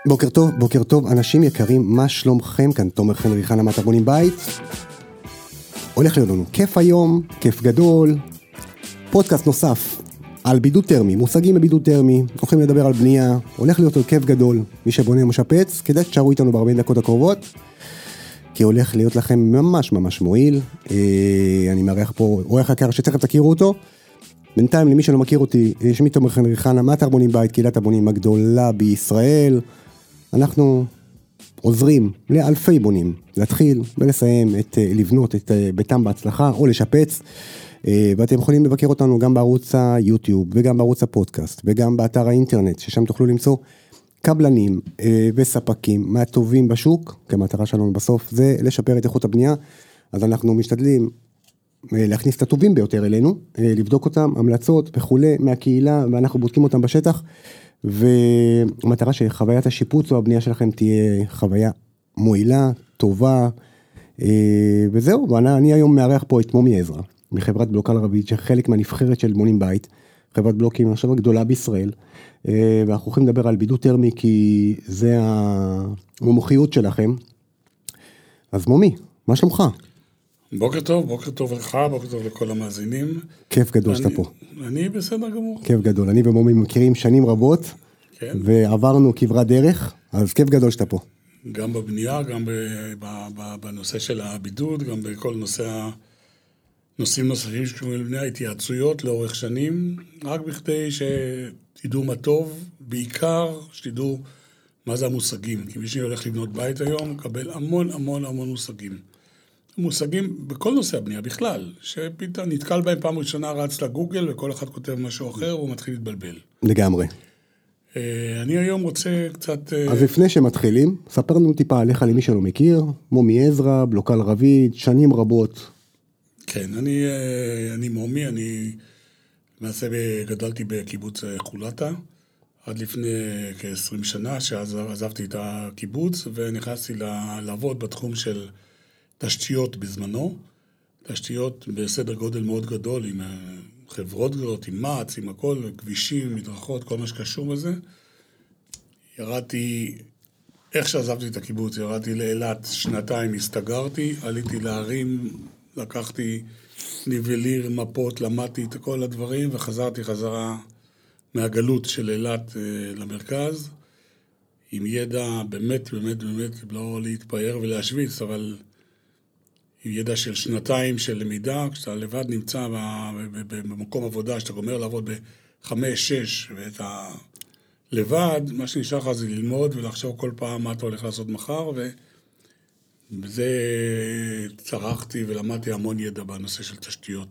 בוקר טוב, אנשים יקרים, מה שלומכם? כאן תומר חן ריחן, למה אתם בונים בית? הולך להיות לנו כיף היום, כיף גדול, פודקאסט נוסף על בידוד טרמי, מושגים בבידוד טרמי, הולכים לדבר על בנייה, הולך להיות עוד כיף גדול, מי שבונה משפץ, כדאי שתשארו איתנו ב-40 דקות הקרובות, כי הולך להיות לכם ממש מועיל, אני מארח פה אורח יקר שתכף תכירו אותו, בינתיים למי שלא מכיר אותי, שמי תומר חן ריחן, מה אתם בונים בית, קהילת הבונים הגדולה בישראל, אנחנו עוזרים לאלפי בונים להתחיל ולסיים לבנות את ביתם בהצלחה או לשפץ, ואתם יכולים לבקר אותנו גם בערוץ היוטיוב וגם בערוץ הפודקאסט וגם באתר האינטרנט, ששם תוכלו למצוא קבלנים וספקים מהטובים בשוק, כי המטרה שלנו בסוף זה לשפר את איכות הבנייה, אז אנחנו משתדלים להכניס את הטובים ביותר אלינו, לבדוק אותם, המלצות וכו' מהקהילה, ואנחנו בודקים אותם בשטח, והמטרה שחוויית השיפוץ או הבנייה שלכם תהיה חוויה מועילה, טובה, וזהו, ואני היום מארח פה את מומי עזרא, מחברת בלוקל רביד, שחלק מהנבחרת של בונים בית, חברת בלוקים עכשיו הגדולה בישראל, ואנחנו הולכים לדבר על בידוד טרמי, כי זה המומחיות שלכם. אז מומי, מה שלומך? בוקר טוב לך, בוקר טוב לכל המאזינים. כיף גדול שאתה פה. אני בסדר גמור. כיף גדול, אני ומומי מכירים שנים רבות, כן. ועברנו כברת דרך, אז כיף גדול שאתה פה. גם בבנייה, גם בנושא של הבידוד, גם בכל נושאים נוספים שקשורים לבנייה, התייעצויות לאורך שנים, רק בכדי שתדעו מה טוב, בעיקר שתדעו מה זה המושגים, כי מי שהולך לבנות בית היום, מקבל המון מושגים בכל נושא הבנייה בכלל, שפתאום נתקל בהם פעם ראשונה, רץ לגוגל, וכל אחד כותב משהו אחר, והוא מתחיל להתבלבל. לגמרי. אני היום רוצה קצת... אז לפני שמתחילים, ספר לנו טיפה עליך למי שלא מכיר, מומי עזרא, בלוקל רביד, שנים רבות. כן, אני מומי, אני למעשה גדלתי בקיבוץ חולתה, עד לפני כ-20 שנה, שאז עזבתי את הקיבוץ, ונכנסתי לעבוד בתחום של תשתיות בזמנו, תשתיות בסדר גודל מאוד גדול, עם חברות גדולות, עם מעץ, עם הכל, כבישים, מדרכות, כל מה שקשור בזה. איך שעזבתי את הקיבוץ, ירדתי לאילת 2 הסתגרתי, עליתי להרים, לקחתי ניבליר, מפות, למדתי את כל הדברים, וחזרתי חזרה מהגלות של אילת למרכז, עם ידע באמת, לא להתפאר ולהשוויץ, אבל עם ידע של 2 של למידה, כשאתה לבד נמצא במקום עבודה, שאתה גומר לעבוד ב5-6, ואת לבד, מה שנשאר לך זה ללמוד ולחשוב כל פעם מה אתה הולך לעשות מחר, ובזה צרכתי ולמדתי המון ידע בנושא של תשתיות.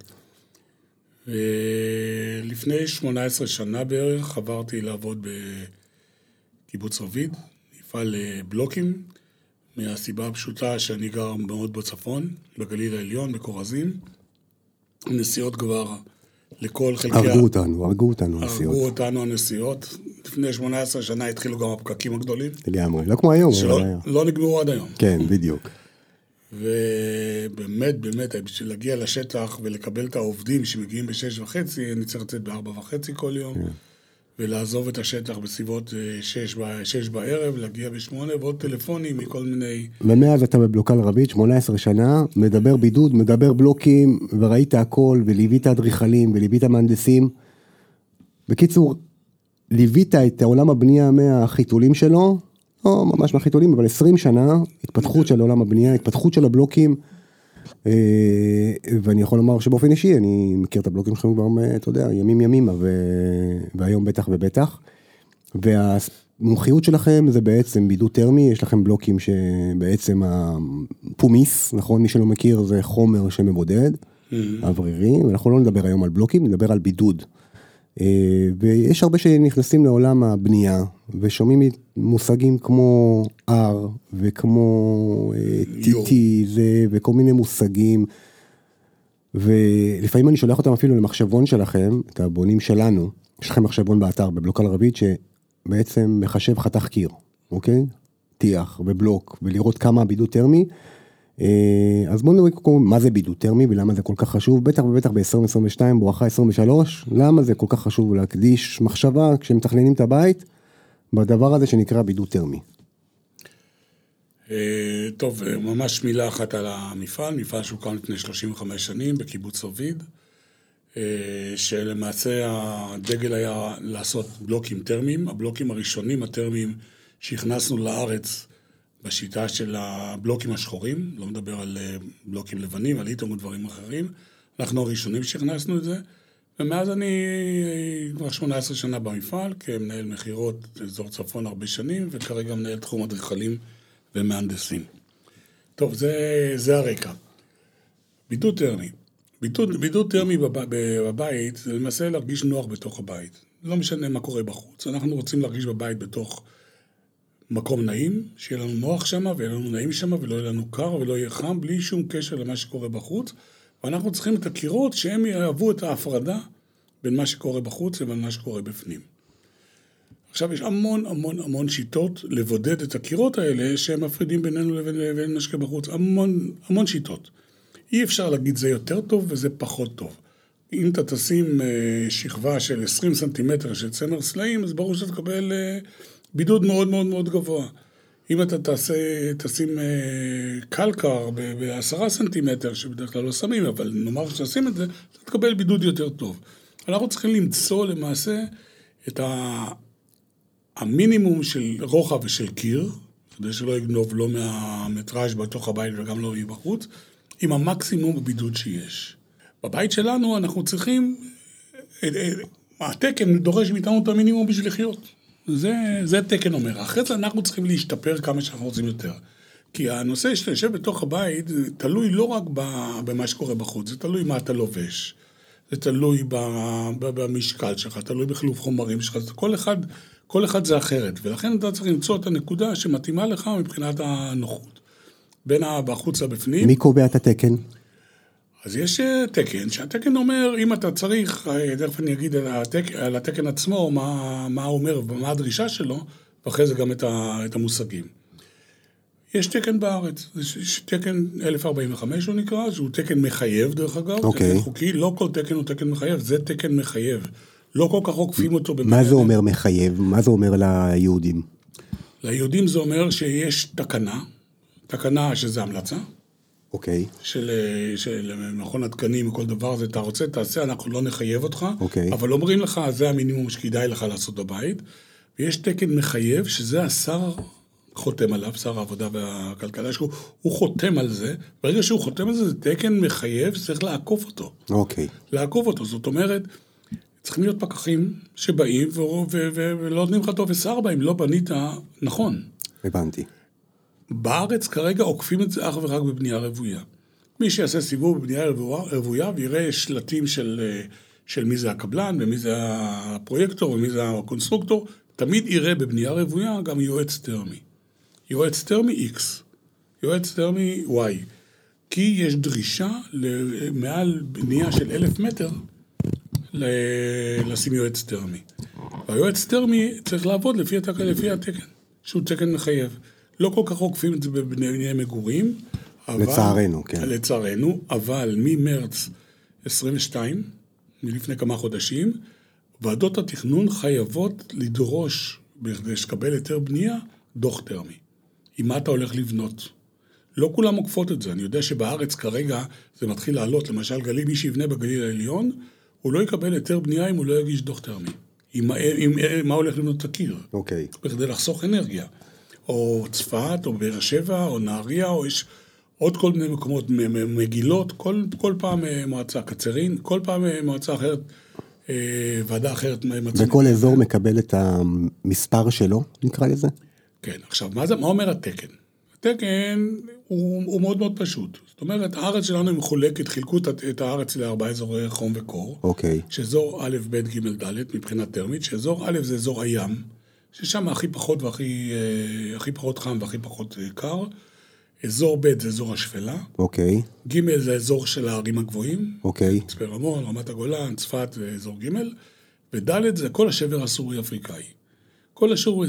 ולפני 18 שנה בערך עברתי לעבוד בקיבוץ רביד, מפעל בלוקים, מהסיבה הפשוטה שאני גר מאוד בצפון, בגליל העליון, בקורזים. נסיעות כבר לכל חלקי... הרגו אותנו הנסיעות. הרגו אותנו הנסיעות. לפני 18 שנה התחילו גם הפקקים הגדולים. לגמרי, לא כמו היום. לא נגמרו עד היום. כן, בדיוק. ובאמת, בשביל להגיע לשטח ולקבל את העובדים שמגיעים ב6:30, אני צריך לצאת ב4:30 כל יום. כן. ולעזוב את השטח בסביבות 6 בערב, להגיע ב8, ועוד טלפונים מכל מיני... ומאז אתה בבלוקל רביד, 18 שנה, מדבר בידוד, מדבר בלוקים, וראית הכל, וליווית אדריכלים, וליווית מהנדסים. בקיצור, ליווית את העולם הבנייה מהחיתולים שלו, לא ממש מהחיתולים, אבל 20 שנה, התפתחות של עולם הבנייה, התפתחות של הבלוקים, ואני יכול לומר שבאופן אישי, אני מכיר את הבלוקים שלכם כבר, אתה יודע, ימים, והיום בטח, והמומחיות שלכם זה בעצם בידוד טרמי, יש לכם בלוקים שבעצם הפומיס, נכון, מי שלא מכיר, זה חומר שמבודד, אוורירי, ואנחנו לא נדבר היום על בלוקים, נדבר על בידוד, ויש הרבה שנכנסים לעולם הבנייה, ושומעים מושגים כמו R, וכמו TT, וכל מיני מושגים, ולפעמים אני שולח אותם אפילו למחשבון שלכם, את הבונים שלנו, יש לכם מחשבון באתר, בבלוקל רביד, שבעצם מחשב חתך קיר, אוקיי? טיח ובלוק, ולראות כמה בידוד טרמי, אז בואו נראה מה זה בידוד טרמי ולמה זה כל כך חשוב, בטח ובטח ב-2022, בואכה 23, למה זה כל כך חשוב להקדיש מחשבה כשמתכננים את הבית, בדבר הזה שנקרא בידוד תרמי. טוב, ממש מילה אחת על המפעל, מפעל שהוקם לפני 35 שנים בקיבוץ אביד, שלמעשה הדגל היה לעשות בלוקים תרמיים, הבלוקים הראשונים הטרמיים שהכנסנו לארץ בשיטה של הבלוקים השחורים, לא מדבר על בלוקים לבנים, על איתום ודברים אחרים, אנחנו הראשונים שהכנסנו את זה, ומאז אני כבר 18 שנה במפעל, כמנהל מחירות אזור צפון הרבה שנים, וכרגע מנהל תחום אדריכלים ומהנדסים. טוב, זה הרקע. בידוד תרמי. בידוד תרמי בבית, זה למעשה להרגיש נוח בתוך הבית. לא משנה מה קורה בחוץ. אנחנו רוצים להרגיש בבית בתוך מקום נעים, שיהיה לנו נוח שם, ויהיה לנו נעים שם, ולא יהיה לנו קר, ולא יהיה חם, בלי שום קשר למה שקורה בחוץ. ואנחנו צריכים את הקירות שהם יאהבו את ההפרדה בין מה שקורה בחוץ לבין מה שקורה בפנים. עכשיו יש המון שיטות לבודד את הקירות האלה שהם מפרידים בינינו לבין מה שקורה בחוץ. המון שיטות. אי אפשר להגיד זה יותר טוב וזה פחות טוב. אם אתה תשים שכבה של 20 סנטימטר של צמר סלעים, אז ברור שאתה תקבל בידוד מאוד מאוד מאוד גבוה. אם אתה תשים קלקר ב10 סנטימטר, שבדרך כלל לא שמים, אבל נאמר שתשים את זה, אתה תקבל בידוד יותר טוב. אנחנו צריכים למצוא למעשה את המינימום של רוחב ושל קיר, כדי שלא יגנוב לא מהמטראז' בתוך הבית וגם לא יהיה בחוץ, עם המקסימום בבידוד שיש. בבית שלנו אנחנו צריכים, התקן דורש מאיתנו את המינימום בשביל לחיות. זה תקן אומר. אחרי זה אנחנו צריכים להשתפר כמה שאנחנו רוצים יותר. כי הנושא שיושב בתוך הבית תלוי לא רק במה שקורה בחוץ, זה תלוי מה אתה לובש, זה תלוי במשקל שלך, תלוי בחילוף חומרים שלך, כל אחד זה אחרת, ולכן אתה צריך למצוא את הנקודה שמתאימה לך מבחינת הנוחות. בין בחוץ לבפנים. מי קובע את התקן? אז יש תקן, שהתקן אומר, אם אתה צריך, דרך אני אגיד על התקן עצמו, מה הוא אומר ומה הדרישה שלו, ואחרי זה גם את המושגים. יש תקן בארץ, יש תקן 1045 הוא נקרא, שהוא תקן מחייב דרך אגב, תקן חוקי, לא כל תקן הוא תקן מחייב, זה תקן מחייב. לא כל כך עוקפים אותו. מה זה אומר מחייב? מה זה אומר ליהודים? ליהודים זה אומר שיש תקנה שזה המלצה. אוקיי. של מכון התקנים וכל דבר הזה, אתה רוצה, תעשה, אנחנו לא נחייב אותך, אוקיי. אבל אומרים לך, זה המינימום שכדאי לך לעשות בבית, ויש תקן מחייב, שזה השר חותם עליו, שר העבודה והכלכלה, הוא חותם על זה, ברגע שהוא חותם על זה, זה תקן מחייב, צריך לעקוף אותו. אוקיי. לעקוף אותו, זאת אומרת, צריכים להיות פקחים שבאים ולא נותנים לך טופס 4, אם לא בנית נכון. הבנתי. בארץ כרגע עוקפים את זה אך ורק בבנייה רוויה. מי שיעשה סיבוב בבנייה רוויה ויראה שלטים של מי זה הקבלן ומי זה הפרויקטור ומי זה הקונסטרוקטור, תמיד יראה בבנייה רוויה גם יועץ טרמי. יועץ טרמי X, יועץ טרמי Y. כי יש דרישה מעל בנייה של 1,000 מטר לשים יועץ טרמי. והיועץ טרמי צריך לעבוד לפי התקן, שהוא תקן מחייב. לא כל כך עוקפים את זה בבנייני מגורים. לצערנו, כן. לצערנו, אבל ממרץ 22, מלפני כמה חודשים, ועדות התכנון חייבות לדרוש, בכדי שקבל היתר בנייה, דוח טרמי. עם מה אתה הולך לבנות. לא כולם עוקפות את זה. אני יודע שבארץ כרגע זה מתחיל לעלות. למשל, מי שיבנה בגליל העליון, הוא לא יקבל היתר בנייה אם הוא לא יגיש דוח טרמי. עם מה הולך לבנות את הקיר. אוקיי. בכדי לחסוך אנרגיה. או צפת, או באר שבע, או נהריה, או יש עוד כל מיני מקומות, מגילות, כל פעם מועצה קצרין, כל פעם מועצה אחרת, ועדה אחרת. וכל אזור מקבל את המספר שלו, נקרא לזה? כן, עכשיו, מה אומר התקן? התקן הוא מאוד מאוד פשוט. זאת אומרת, הארץ שלנו היא מחולקת, חילקו את הארץ לארבעה אזורי חום וקור, אוקיי. שאזור א', ב', ג', ד', מבחינת טרמית, שאזור א' זה אזור הים, ששם הכי פחות הכי פחות חם והכי פחות קר. אזור ב' זה אזור השפלה. אוקיי. ג' זה אזור של הערים הגבוהים. אוקיי. צפה רמון, רמת הגולן, צפת ואזור ג'. וד' זה כל השבר הסורי-אפריקאי. כל השבר...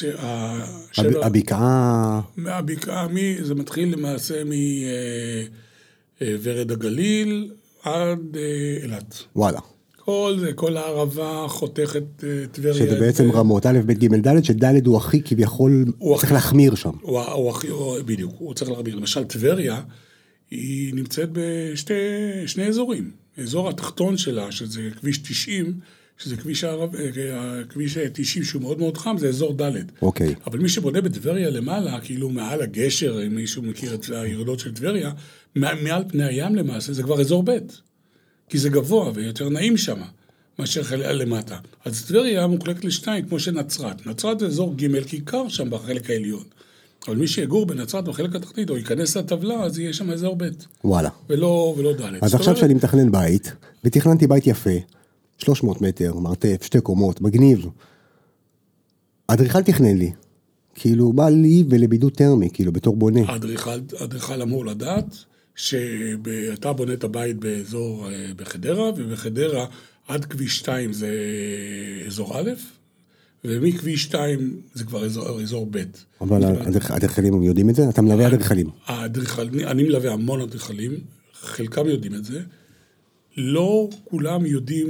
הבקעה... מהבקעה, זה מתחיל למעשה מוורד הגליל עד אילת. וואלה. כל הערבה חותכת טבריה. שזה בעצם רמות, א', ב', ג', ד', שד' הוא הכי כביכול, צריך להחמיר שם. בדיוק, הוא צריך להחמיר. למשל, טבריה, היא נמצאת בשני אזורים. האזור התחתון שלה, שזה כביש 90, שזה כביש 90 שהוא מאוד מאוד חם, זה אזור ד'. אוקיי. אבל מי שבונה בטבריה למעלה, כאילו מעל הגשר, אם מישהו מכיר את הירדות של טבריה, מעל פני הים למעשה, זה כבר אזור ב'. כי זה גבוה ויותר נעים שם, מאשר למטה. אז טבריה מוחלקת לשתיים, כמו שנצרת. נצרת זה אזור ג' כי קר שם בחלק העליון. אבל מי שיגור בנצרת בחלק התחתית, או ייכנס לטבלה, אז יהיה שם אזור ב'. וואלה. ולא ד'. אז עכשיו שאני מתכנן בית, ותכננתי בית יפה, 300 מטר, מרתף, 2 קומות, מגניב. אדריכל תכנן לי. כאילו, בא לי ולבידוד טרמי, כאילו, בתור בונה. אדריכל אמור לדעת, שאתה בונה את הבית באזור בחדרה, ובחדרה עד כביש 2 זה אזור א', ומכביש 2 זה כבר אזור ב'. אבל האדריכלים יודעים את זה? אתה מלווה אדריכלים? אני מלווה המון אדריכלים, חלקם יודעים את זה. לא כולם יודעים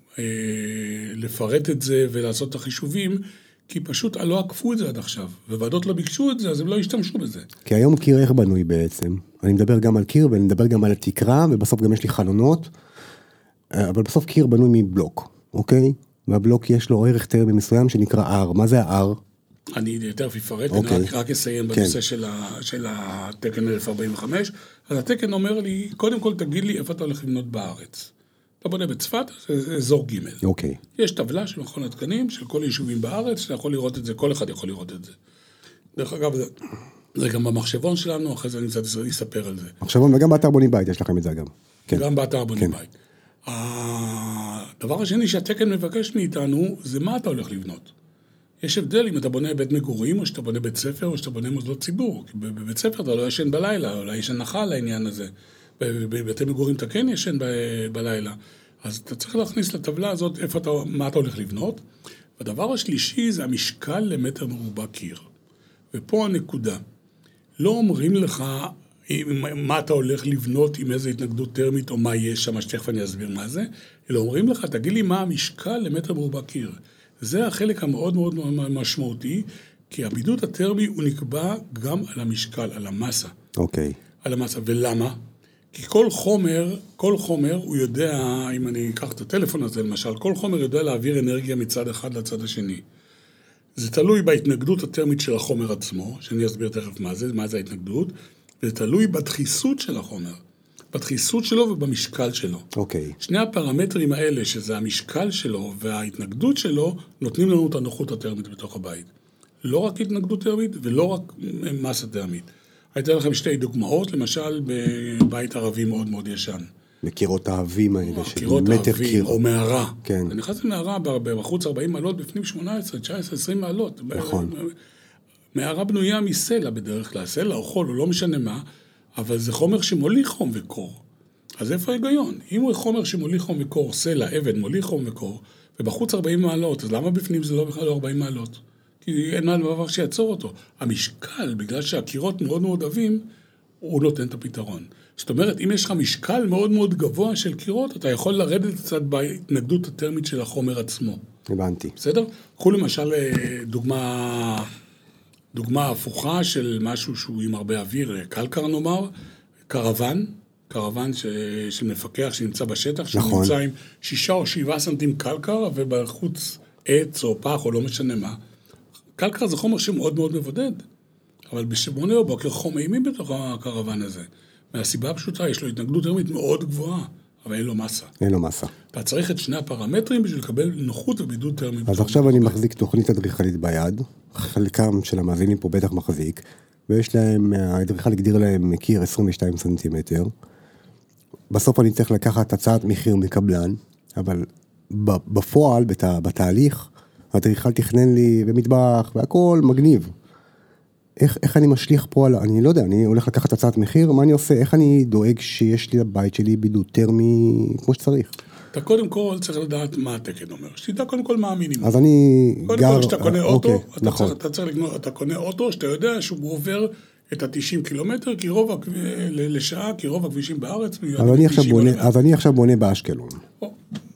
לפרט את זה ולעשות את החישובים, כי פשוט לא עקפו את זה עד עכשיו, וועדות לא ביקשו את זה, אז הם לא השתמשו בזה. כי היום קיר איך בנוי בעצם? אני מדבר גם על קיר, ואני מדבר גם על התקרה, ובסוף גם יש לי חלונות, אבל בסוף קיר בנוי מבלוק, אוקיי? והבלוק יש לו ערך טרמי מסוים שנקרא R. מה זה ה-R? אני תכף אפרט, אני רק אסיים בנושא של התקן 1045. אז התקן אומר לי, קודם כל תגיד לי איפה אתה הולך לבנות בארץ. אתה בונה בצפת, זה אזור ג'. אוקיי. יש טבלה של מכון התקנים, של כל היישובים בארץ, שאתה יכול לראות את זה, כל אחד יכול לראות את זה. דרך אגב, זה גם במחשבון שלנו, אחרי זה אני קצת אספר על זה. מחשבון, וגם באתר בונים בית, יש לכם את זה גם. גם באתר בונים בית. הדבר השני שהתקן מבקש מאיתנו, זה מה אתה הולך לבנות. יש הבדל אם אתה בונה בית מגורים, או שאתה בונה בית ספר, או שאתה בונה מוסדות ציבור. כי בבית ספר אתה לא ישן בלילה, אולי יש הנחה על העניין הזה. בבתי מגורים אתה כן ישן בלילה. אז אתה צריך להכניס לטבלה הזאת מה אתה הולך לבנות. והדבר השלישי זה המשקל למטר מרובע קיר. ופה הנקודה. לא אומרים לך מה אתה הולך לבנות עם איזו התנגדות טרמית או מה יש שם, שתכף אני אסביר מה זה, אלא אומרים לך, תגיד לי מה המשקל למטר מרובע קיר. זה החלק המאוד מאוד משמעותי, כי הבידוד הטרמי הוא נקבע גם על המשקל, על המסה. אוקיי. על המסה. ולמה? כי כל חומר הוא יודע, אם אני אקח את הטלפון הזה למשל, כל חומר יודע להעביר אנרגיה מצד אחד לצד השני. זה תלוי בהתנגדות הטרמית של החומר עצמו, שאני אסביר תכף מה זה ההתנגדות, וזה תלוי בדחיסות של החומר, בדחיסות שלו ובמשקל שלו. אוקיי. שני הפרמטרים האלה, שזה המשקל שלו וההתנגדות שלו, נותנים לנו את הנוחות הטרמית בתוך הבית. לא רק התנגדות טרמית ולא רק מסה טרמית. הייתי לכם שתי דוגמאות, למשל בבית ערבי מאוד מאוד ישן. בקירות האבים האלה, קירות האבים, או מערה. כן. אני נכנס למערה בחוץ 40 מעלות, בפנים 18, 19, 20 מעלות. נכון. מערה בנויה מסלע בדרך כלל, סלע או חול, הוא לא משנה מה, אבל זה חומר שמוליך חום וקור. אז איפה ההיגיון? אם הוא חומר שמוליך חום וקור, סלע, אבן, מוליך חום וקור, ובחוץ 40 מעלות, אז למה בפנים זה לא בכלל 40 מעלות? כי אין מה דבר שיעצור אותו. המשקל, בגלל שהקירות מאוד מאוד עבים, הוא נותן את הפתרון. זאת אומרת, אם יש לך משקל מאוד מאוד גבוה של קירות, אתה יכול לרדת קצת בהתנגדות הטרמית של החומר עצמו. הבנתי. בסדר? קחו למשל דוגמה הפוכה של משהו שהוא עם הרבה אוויר, קלקר נאמר, קרוון של מפקח שנמצא בשטח, נכון. שנמצא עם 6 או 7 סנטים קלקר, ובחוץ עץ או פח או לא משנה מה. קלקר זה חומר שמאוד מאוד מבודד, אבל ב8 בבוקר חום אימים בתוך הקרוון הזה. מהסיבה הפשוטה, יש לו התנגדות טרמית מאוד גבוהה, אבל אין לו מסה. אין לו מסה. אתה צריך את שני הפרמטרים בשביל לקבל נוחות ובידוד טרמי. אז עכשיו אני מחזיק תוכנית אדריכלית ביד, חלקם של המאזינים פה בטח מחזיק, ויש להם, האדריכל הגדיר להם קיר 22 סנטימטר. בסוף אני צריך לקחת הצעת מחיר מקבלן, אבל בפועל, בתהליך, האדריכל תכנן לי במטבח, והכל מגניב. איך אני משליך פה על, אני לא יודע, אני הולך לקחת הצעת מחיר, מה אני עושה, איך אני דואג שיש לי לבית שלי בידוד טרמי כמו שצריך? אתה קודם כל צריך לדעת מה התקן אומר, שתדע קודם כל מה המינימום. אז אני קודם כל, כשאתה קונה אוטו, נכון. אתה קונה אוטו, שאתה יודע שהוא עובר את ה-90 קילומטר, לשעה, כי רוב הכבישים בארץ. אז אני עכשיו בונה באשקלון.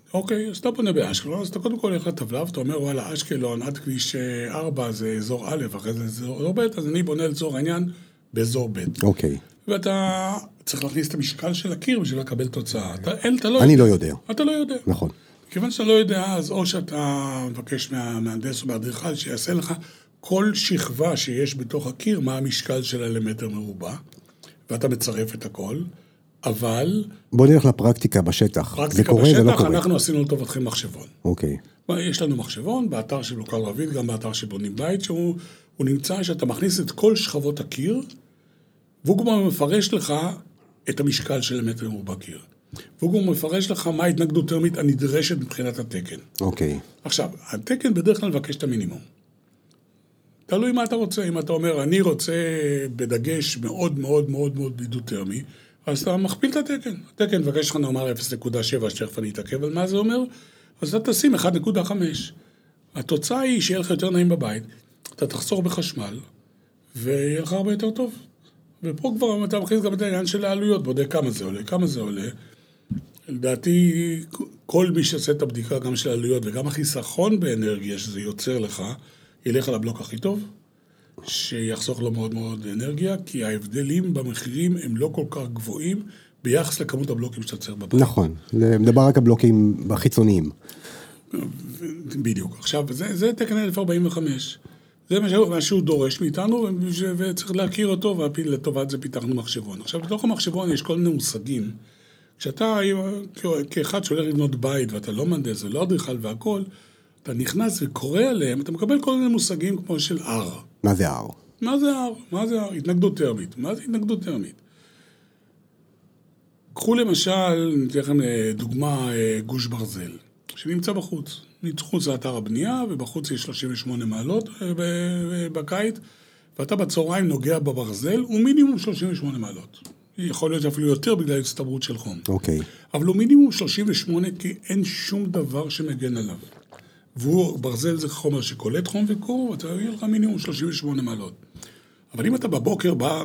אוקיי, אז אתה בונה באשקלון, אז אתה קודם כל הולך לטבלה, ואתה אומר, וואלה, אשקלון עד כביש 4 זה אזור א', אחרי זה אזור ב', אז אני בונה לצורך העניין באזור ב'. אוקיי. ואתה צריך להכניס את המשקל של הקיר בשביל לקבל תוצאה. אני לא יודע. אתה לא יודע. נכון. כיוון שאתה לא יודע, אז או שאתה מבקש מהמהנדס או מהאדריכל שיעשה לך כל שכבה שיש בתוך הקיר, מה המשקל שלה למטר מרובע, ואתה מצרף את הכל, אבל... בוא נלך לפרקטיקה בשטח. זה קורה, זה לא קורה. אנחנו עשינו לטובתכם מחשבון. אוקיי. יש לנו מחשבון באתר של לוקל רביד, גם באתר שבונים בית, שהוא נמצא שאתה מכניס את כל שכבות הקיר, והוא גם מפרש לך את המשקל של המטר מרובע קיר. והוא גם מפרש לך מה ההתנגדות טרמית הנדרשת מבחינת התקן. אוקיי. עכשיו, התקן בדרך כלל מבקש את המינימום. תלוי מה אתה רוצה. אם אתה אומר, אני רוצה בדגש מאוד מאוד מאוד מאוד בידוד טרמי, אז אתה מכפיל את התקן. התקן מבקש לך נאמר 0.7, שתכף אני אתעכב על מה זה אומר, אז אתה תשים 1.5. התוצאה היא שיהיה לך יותר נעים בבית, אתה תחסוך בחשמל, ויהיה לך הרבה יותר טוב. ופה כבר אתה מכניס גם את העניין של העלויות, בודק כמה זה עולה. לדעתי, כל מי שעושה את הבדיקה גם של העלויות, וגם החיסכון באנרגיה שזה יוצר לך, ילך על הבלוק הכי טוב, שיחסוך לו מאוד מאוד אנרגיה, כי ההבדלים במחירים הם לא כל כך גבוהים, ביחס לכמות הבלוקים שאתה צריך בבית. נכון, מדבר רק הבלוקים החיצוניים. בדיוק. עכשיו, זה תקן 1045. זה מה שהוא דורש מאיתנו, וצריך להכיר אותו, ולטובת זה פיתחנו מחשבון. עכשיו, בתוך המחשבון יש כל מיני מושגים. כשאתה, כאחד שהולך לבנות בית, ואתה לא מהנדס, ולא אדריכל והכל, אתה נכנס וקורא עליהם, אתה מקבל כל מיני מושגים כמו של R. מה זה R? מה זה R? מה זה R? התנגדות טרמית. מה זה התנגדות טרמית? קחו למשל, ניתן לכם דוגמה, גוש ברזל, שנמצא בחוץ. מחוץ זה אתר הבנייה, ובחוץ יש 38 מעלות בקיץ, ואתה בצהריים נוגע בברזל, הוא מינימום 38 מעלות. יכול להיות אפילו יותר בגלל הצטברות של חום. אוקיי. אבל הוא מינימום 38, כי אין שום דבר שמגן עליו. ברזל זה חומר שקולט חום וקור, ואתה יהיה לך מינימום 38 מעלות. אבל אם אתה בבוקר בא,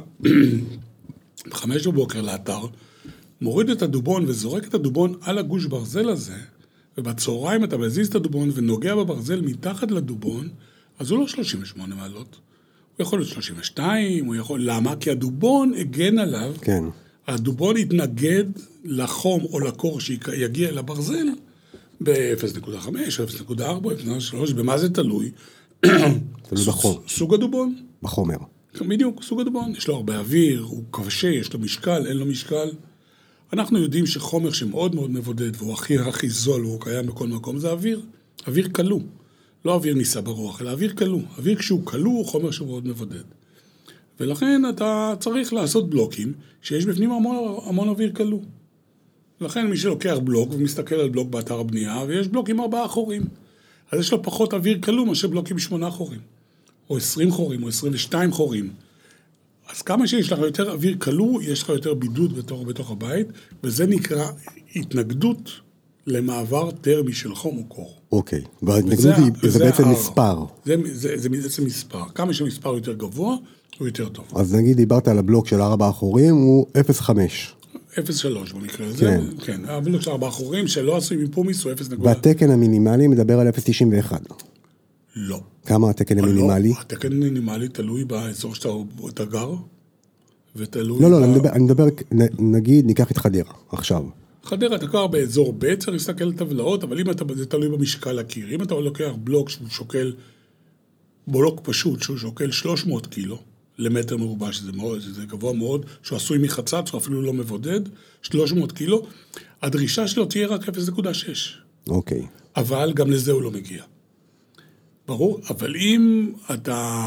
ב5 בבוקר לאתר, מוריד את הדובון וזורק את הדובון על הגוש ברזל הזה, ובצהריים אתה מזיז את הדובון ונוגע בברזל מתחת לדובון, אז הוא לא 38 מעלות. הוא יכול להיות 32, הוא יכול... למה? כי הדובון הגן עליו, כן. הדובון התנגד לחום או לקור שיגיע לברזל ב-0.5, 0.4, 0.3, במה זה תלוי? תלוי בחום. סוג הדובון. בחומר. בדיוק, סוג הדובון. יש לו הרבה אוויר, הוא קשה, יש לו משקל, אין לו משקל. אנחנו יודעים שחומר שמאוד מאוד מבודד, והוא הכי זול, והוא קיים בכל מקום, זה אוויר. אוויר קלו. לא אוויר ניסה ברוח, אלא אוויר קלו. אוויר כשהוא קלו הוא חומר שמאוד מבודד. ולכן אתה צריך לעשות בלוקים שיש בפנים המון אוויר קלו. לכן מי שלוקח בלוק ומסתכל על בלוק באתר הבנייה, ויש בלוק עם 4 חורים. אז יש לו פחות אוויר קלו מאשר בלוק עם 8 חורים. או 20 חורים, או 22 חורים. אז כמה שיש לך יותר אוויר קלו, יש לך יותר בידוד בתוך הבית, וזה נקרא התנגדות למעבר טרמי של חום או קור. אוקיי, וההתנגדות זה בעצם מספר. זה בעצם מספר. כמה שמספר יותר גבוה, הוא יותר טוב. אז נגיד, דיברת על הבלוק של 4 אחורים, הוא 0.5. 0.3 במקרה הזה. כן, הבלוק של 4 אחורים שלא עשוי מפומיס הוא 0.3. והתקן המינימלי מדבר על 0.91. לא. כמה התקן המינימלי? לא, התקן המינימלי תלוי באזור שאתה גר, ותלוי... לא, אני מדבר, נגיד, ניקח את חדרה, עכשיו. חדרה, אתה גר באזור ב', צריך להסתכל על טבלאות, אבל אם זה תלוי במשקל הקיר, אם אתה לוקח בלוק שהוא שוקל, בלוק פשוט, שהוא שוקל 300 קילו, למטר מרובע, שזה גבוה מאוד, שהוא עשוי מחצץ, הוא אפילו לא מבודד, 300 קילו, הדרישה שלו תהיה רק 0.6. אוקיי. אבל גם לזה הוא לא מגיע. ברור, אבל אם אתה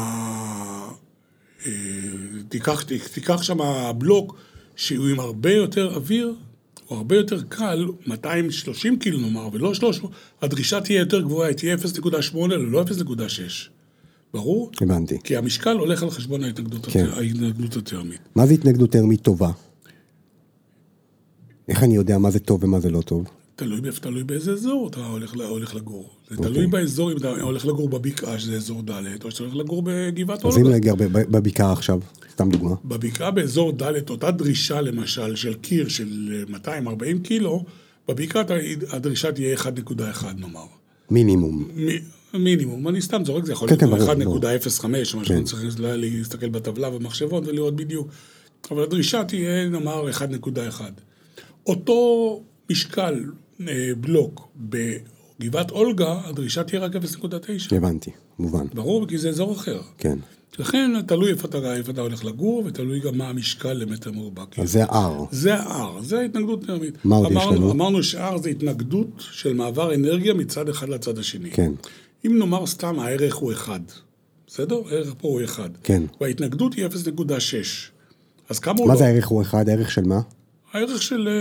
תיקח שם בלוק שהוא עם הרבה יותר אוויר, או הרבה יותר קל, 230 קילו נאמר, ולא 300, הדרישה תהיה יותר גבוהה, תהיה 0.8 ולא 0.6. ברור? הבנתי. כי המשקל הולך על חשבון ההתנגדות הטרמית. מה זה התנגדות טרמית טובה? איך אני יודע מה זה טוב ומה זה לא טוב? תלוי באיזה אזור אתה הולך לגור. זה תלוי באזור, אם אתה הולך לגור בבקעה, שזה אזור ד', או שאתה הולך לגור בגבעת אולגה. אז אם נגר בבקעה עכשיו, סתם דוגמה. בבקעה באזור ד', אותה דרישה למשל של קיר של 240 קילו, בבקעת הדרישה תהיה 1.1 נאמר. מינימום. מינימום, אני סתם זורק, זה יכול להיות 1.05, מה שאני צריך להסתכל בטבלה במחשבון ולראות בדיוק. אבל הדרישה תהיה נאמר 1.1. אותו משקל בלוק בגבעת אולגה, הדרישה תהיה רק 0.9. הבנתי, מובן. ברור, כי זה אזור אחר. כן. לכן תלוי איפה אתה הולך לגור, ותלוי גם מה המשקל למטר מרובע. אז זה R. זה R, זה התנגדות תרמית. מה עוד יש לנו? אמרנו ש-R זה התנגדות של מעבר אנרגיה מצד אחד לצד השני. כן. אם נאמר סתם הערך הוא 1, בסדר? הערך פה הוא 1. כן. וההתנגדות היא 0.6. אז כמה הוא מה לא? זה הערך הוא 1? הערך של מה? הערך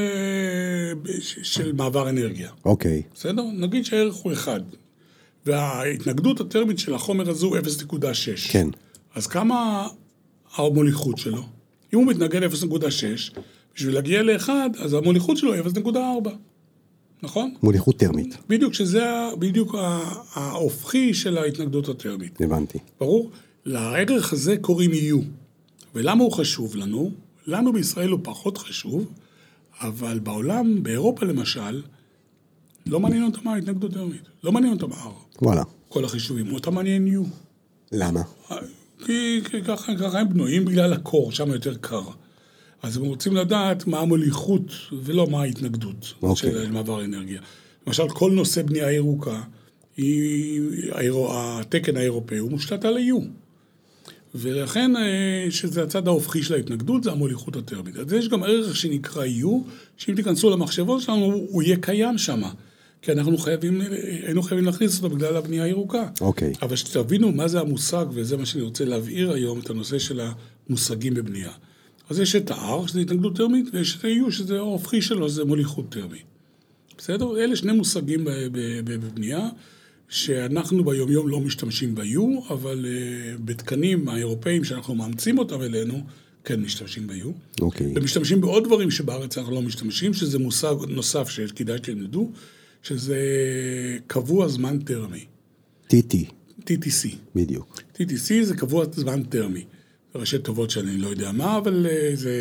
של מעבר אנרגיה. אוקיי. בסדר? נגיד שהערך הוא 1. וההתנגדות הטרמית של החומר הזו הוא 0.6. כן. אז כמה המוליכות שלו? אם הוא מתנגד 0.6, בשביל להגיע ל-1, אז המוליכות שלו היא 0.4. נכון? מוליכות טרמית. בדיוק, שזה בדיוק ההופכי של ההתנגדות הטרמית. הבנתי. ברור? לערך הזה קוראים EU. ולמה הוא חשוב לנו? לנו בישראל הוא פחות חשוב, אבל בעולם, באירופה למשל, לא מעניין אותם ההתנגדות טרמית. לא מעניין אותם R. וואלה. כל החישובים. אותם מעניין U. למה? כי ככה הם בנויים בגלל הקור, שם יותר קר. אז הם רוצים לדעת מה המוליכות ולא מה ההתנגדות של מעבר אנרגיה. למשל, כל נושא בנייה ירוקה, התקן האירופאי הוא מושתת על ה-U. ולכן שזה הצד ההופכי של ההתנגדות, זה המוליכות הטרמית. אז יש גם ערך שנקרא U, שאם תיכנסו למחשבות שלנו, הוא יהיה קיים שם. כי היינו חייבים להכניס אותו בגלל הבנייה הירוקה. אוקיי. אבל שתבינו מה זה המושג, וזה מה שאני רוצה להבהיר היום, את הנושא של המושגים בבנייה. אז יש את ה-R, שזה התנגדות טרמית, ויש את ה-U, שזה ההופכי שלו, זה מוליכות טרמית. בסדר? אלה שני מושגים בבנייה, שאנחנו ביום-יום לא משתמשים ב-U, אבל בתקנים האירופאים שאנחנו מאמצים אותם אלינו, כן משתמשים ב-U. אוקיי. ומשתמשים בעוד דברים שבארץ אנחנו לא משתמשים, שזה מושג נוסף שכדאי שתלמדו, שזה קבוע זמן טרמי. TTC. בדיוק. TTC זה קבוע זמן טרמי. ראשי טובות שאני לא יודע מה, אבל זה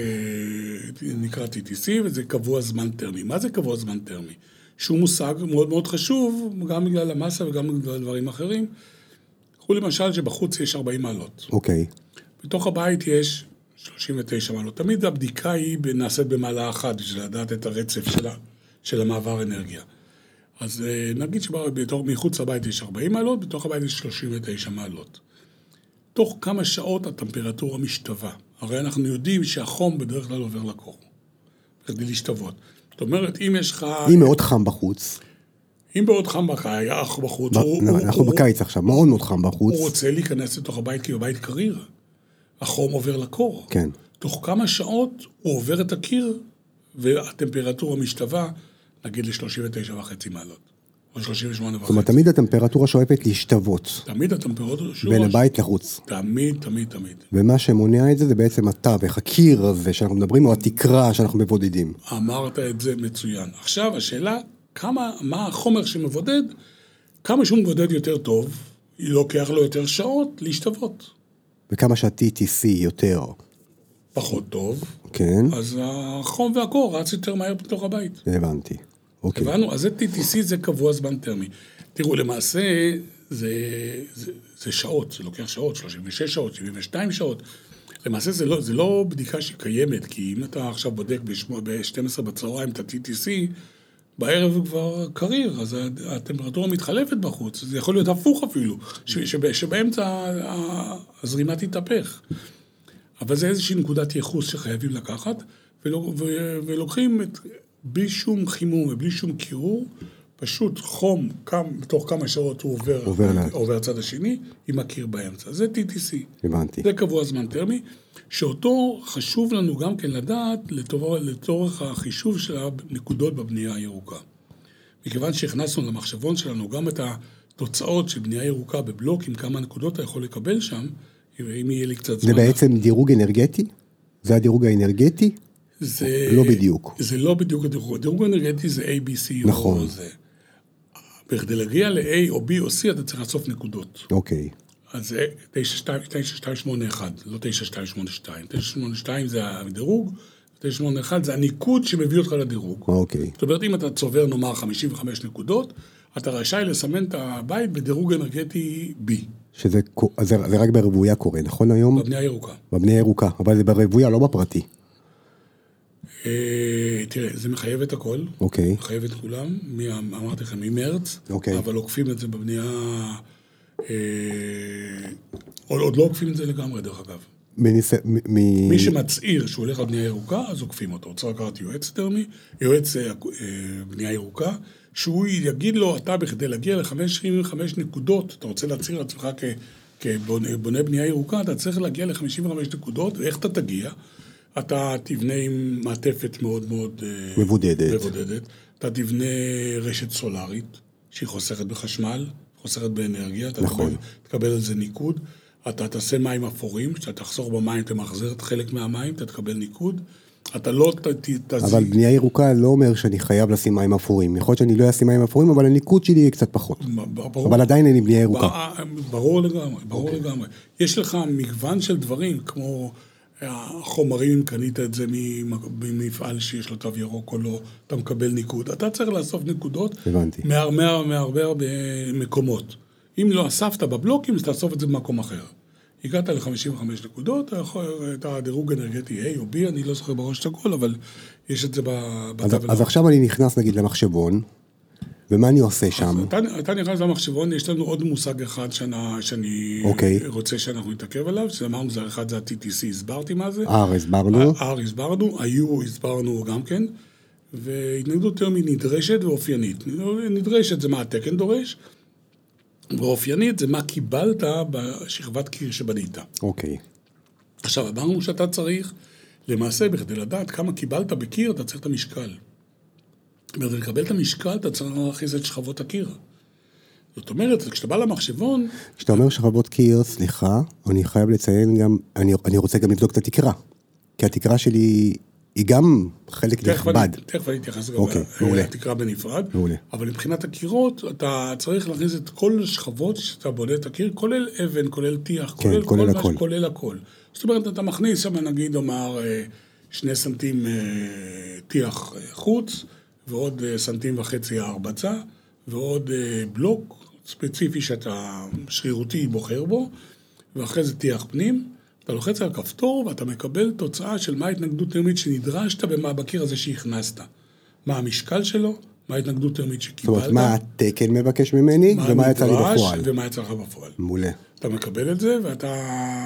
נקרא TTC, וזה קבוע זמן טרמי. מה זה קבוע זמן טרמי? שהוא מושג מאוד מאוד חשוב, גם בגלל המסה וגם בגלל דברים אחרים. קחו למשל שבחוץ יש 40 מעלות. אוקיי. בתוך הבית יש 39 מעלות. תמיד הבדיקה היא נעשית במעלה אחת, בשביל לדעת את הרצף של המעבר אנרגיה. אז נגיד שמחוץ לבית יש 40 מעלות, בתוך הבית יש 39 מעלות. תוך כמה שעות הטמפרטורה משתווה. הרי אנחנו יודעים שהחום בדרך כלל עובר לקור. כדי להשתוות. זאת אומרת, אם יש לך... אם מאוד חם בחוץ. אם מאוד חם בחוץ... אנחנו בקיץ עכשיו, מאוד מאוד חם בחוץ. הוא רוצה להיכנס לתוך הבית, כי בבית קריר. החום עובר לקור. כן. תוך כמה שעות הוא עובר את הקיר, והטמפרטורה משתווה, נגיד ל-39.5 מעלות. או 38.5. זאת אומרת, תמיד הטמפרטורה שואפת להשתוות. תמיד הטמפרטורה... בין הבית לחוץ. תמיד. ומה שמונע את זה, זה בעצם התווך, הקיר הזה שאנחנו מדברים, או התקרה שאנחנו מבודדים. אמרת את זה מצוין. עכשיו, השאלה, מה החומר שמבודד, כמה שהוא מבודד יותר טוב, לוקח לו יותר שעות להשתוות. וכמה שה-TTC יותר... פחות טוב. כן. אז החום והקור רץ יותר מהר בתוך הבית. הבנתי. אוקיי. הבנו, אז זה TTC זה קבוע זמן טרמי. תראו, למעשה זה שעות, זה לוקח שעות, 36 שעות, 72 שעות. למעשה זה לא בדיקה שקיימת, כי אם אתה עכשיו בודק ב-12 בצהריים את ה-TTC, בערב הוא כבר קריר, אז הטמפרטורה מתחלפת בחוץ. זה יכול להיות הפוך אפילו, שבאמצע הזרימה תתהפך. אבל זה איזושהי נקודת ייחוס שחייבים לקחת, ולוקחים בלי שום חימום ובלי שום קירור, פשוט חום, בתוך כמה שעות הוא עובר הצד השני, עם הקיר באמצע. זה TTC. הבנתי. זה קבוע זמן טרמי, שאותו חשוב לנו גם כן לדעת לצורך החישוב של הנקודות בבנייה הירוקה. מכיוון שהכנסנו למחשבון שלנו גם את התוצאות של בנייה ירוקה בבלוק, עם כמה נקודות אתה יכול לקבל שם, אם יהיה לי קצת זמן. זה בעצם דירוג אנרגטי? זה הדירוג האנרגטי? לא בדיוק. זה לא בדיוק הדירוג. הדירוג האנרגטי זה A, B, C, נכון. או זה. בכדי להגיע ל-A או B או C, אתה צריך לאסוף נקודות. אוקיי. אז זה 9281, לא 9282. 9282 זה הדירוג, 981 זה הניקוד שמביא אותך לדירוג. אוקיי. זאת אומרת, אם אתה צובר, נאמר, 55 נקודות, אתה רשאי לסמן את הבית בדירוג אנרגטי B. שזה רק ברבויה קורה, נכון היום? בבנייה ירוקה. בבנייה ירוקה, אבל זה ברבויה, לא בפרטי. תראה, זה מחייב את הכל. אוקיי. מחייב את כולם, אמרתי לכם, ממרץ. אוקיי. אבל עוקפים את זה בבנייה... עוד לא עוקפים את זה לגמרי, דרך אגב. מי שמצעיר שהוא הולך לבנייה ירוקה, אז עוקפים אותו. רוצה לקחת יועץ טרמי, יועץ בנייה ירוקה, שהוא יגיד לו, אתה בכדי להגיע ל-55 נקודות, אתה רוצה להצהיר לעצמך כבונה בנייה ירוקה, אתה צריך להגיע ל-55 נקודות, ואיך אתה תגיע? אתה תבנה עם מעטפת מאוד מאוד מבודדת. אתה תבנה רשת סולרית, שהיא חוסכת בחשמל, חוסכת באנרגיה, אתה תקבל על זה ניקוד. אתה תעשה מים אפורים, כשאתה תחסוך במים, תמחזר את חלק מהמים, אתה תקבל ניקוד. אתה לא תזיק. אבל בנייה ירוקה לא אומר שאני חייב לשים מים אפורים. יכול להיות שאני לא אשים מים אפורים, אבל הניקוד שלי יהיה קצת פחות. אבל עדיין אין לי בנייה ירוקה. ברור לגמרי. יש לך מגוון של דברים, כמו החומרים, אם קנית את זה ממפעל שיש לו תו ירוק או לא, אתה מקבל ניקוד. אתה צריך לאסוף נקודות מהרבה מקומות. אם לא אספת בבלוקים, אז תאסוף את זה במקום אחר. הגעת ל-55 נקודות, אתה דירוג אנרגטי A או B, אני לא זוכר בראש את הכל, אבל יש את זה בטבלה. אז עכשיו אני נכנס נגיד למחשבון, ומה אני עושה שם? אתה נכנס למחשבון, יש לנו עוד מושג אחד שאני רוצה שאנחנו נתעכב עליו, שאמרנו, זה אחד זה ה-TTC, הסברתי מה זה. הסברנו. הסברנו, הסברנו גם כן, והתנגדות טרמית נדרשת ואופיינית. נדרשת זה מה התקן דורש, ואופיינית זה מה קיבלת בשכבת קיר שבנית. אוקיי. עכשיו, אמרנו שאתה צריך, למעשה, בכדי לדעת כמה קיבלת בקיר, אתה צריך את המשקל. בכדי לקבל את המשקל, אתה צריך להכניס את שכבות הקיר. זאת אומרת, כשאתה בא למחשבון... כשאתה אומר שכבות קיר, סליחה, אני חייב לציין גם, אני רוצה גם לבדוק את התקרה. כי התקרה שלי... היא גם חלק נכבד. תכף אני אתייחס גם לתקרה בנפרד, אבל מבחינת הקירות, אתה צריך להכניס את כל השכבות שאתה בונה את הקיר, כולל אבן, כולל טיח, כולל הכל. זאת אומרת, אתה מכניס שם, נגיד, אומר, 2 סנטים טיח חוץ, ועוד 1.5 סנטים הרבצה, ועוד בלוק ספציפי שאתה שרירותי בוחר בו, ואחרי זה טיח פנים, אתה לוחץ על כפתור ואתה מקבל תוצאה של מה ההתנגדות טרמית שנדרשת בקיר הזה שהכנסת. מה המשקל שלו, מה ההתנגדות טרמית שקיבלת. זאת אומרת, מה התקן מבקש ממני ומה יצא לי בפועל. ומה יצא לך בפועל. מעולה. אתה מקבל את זה ואתה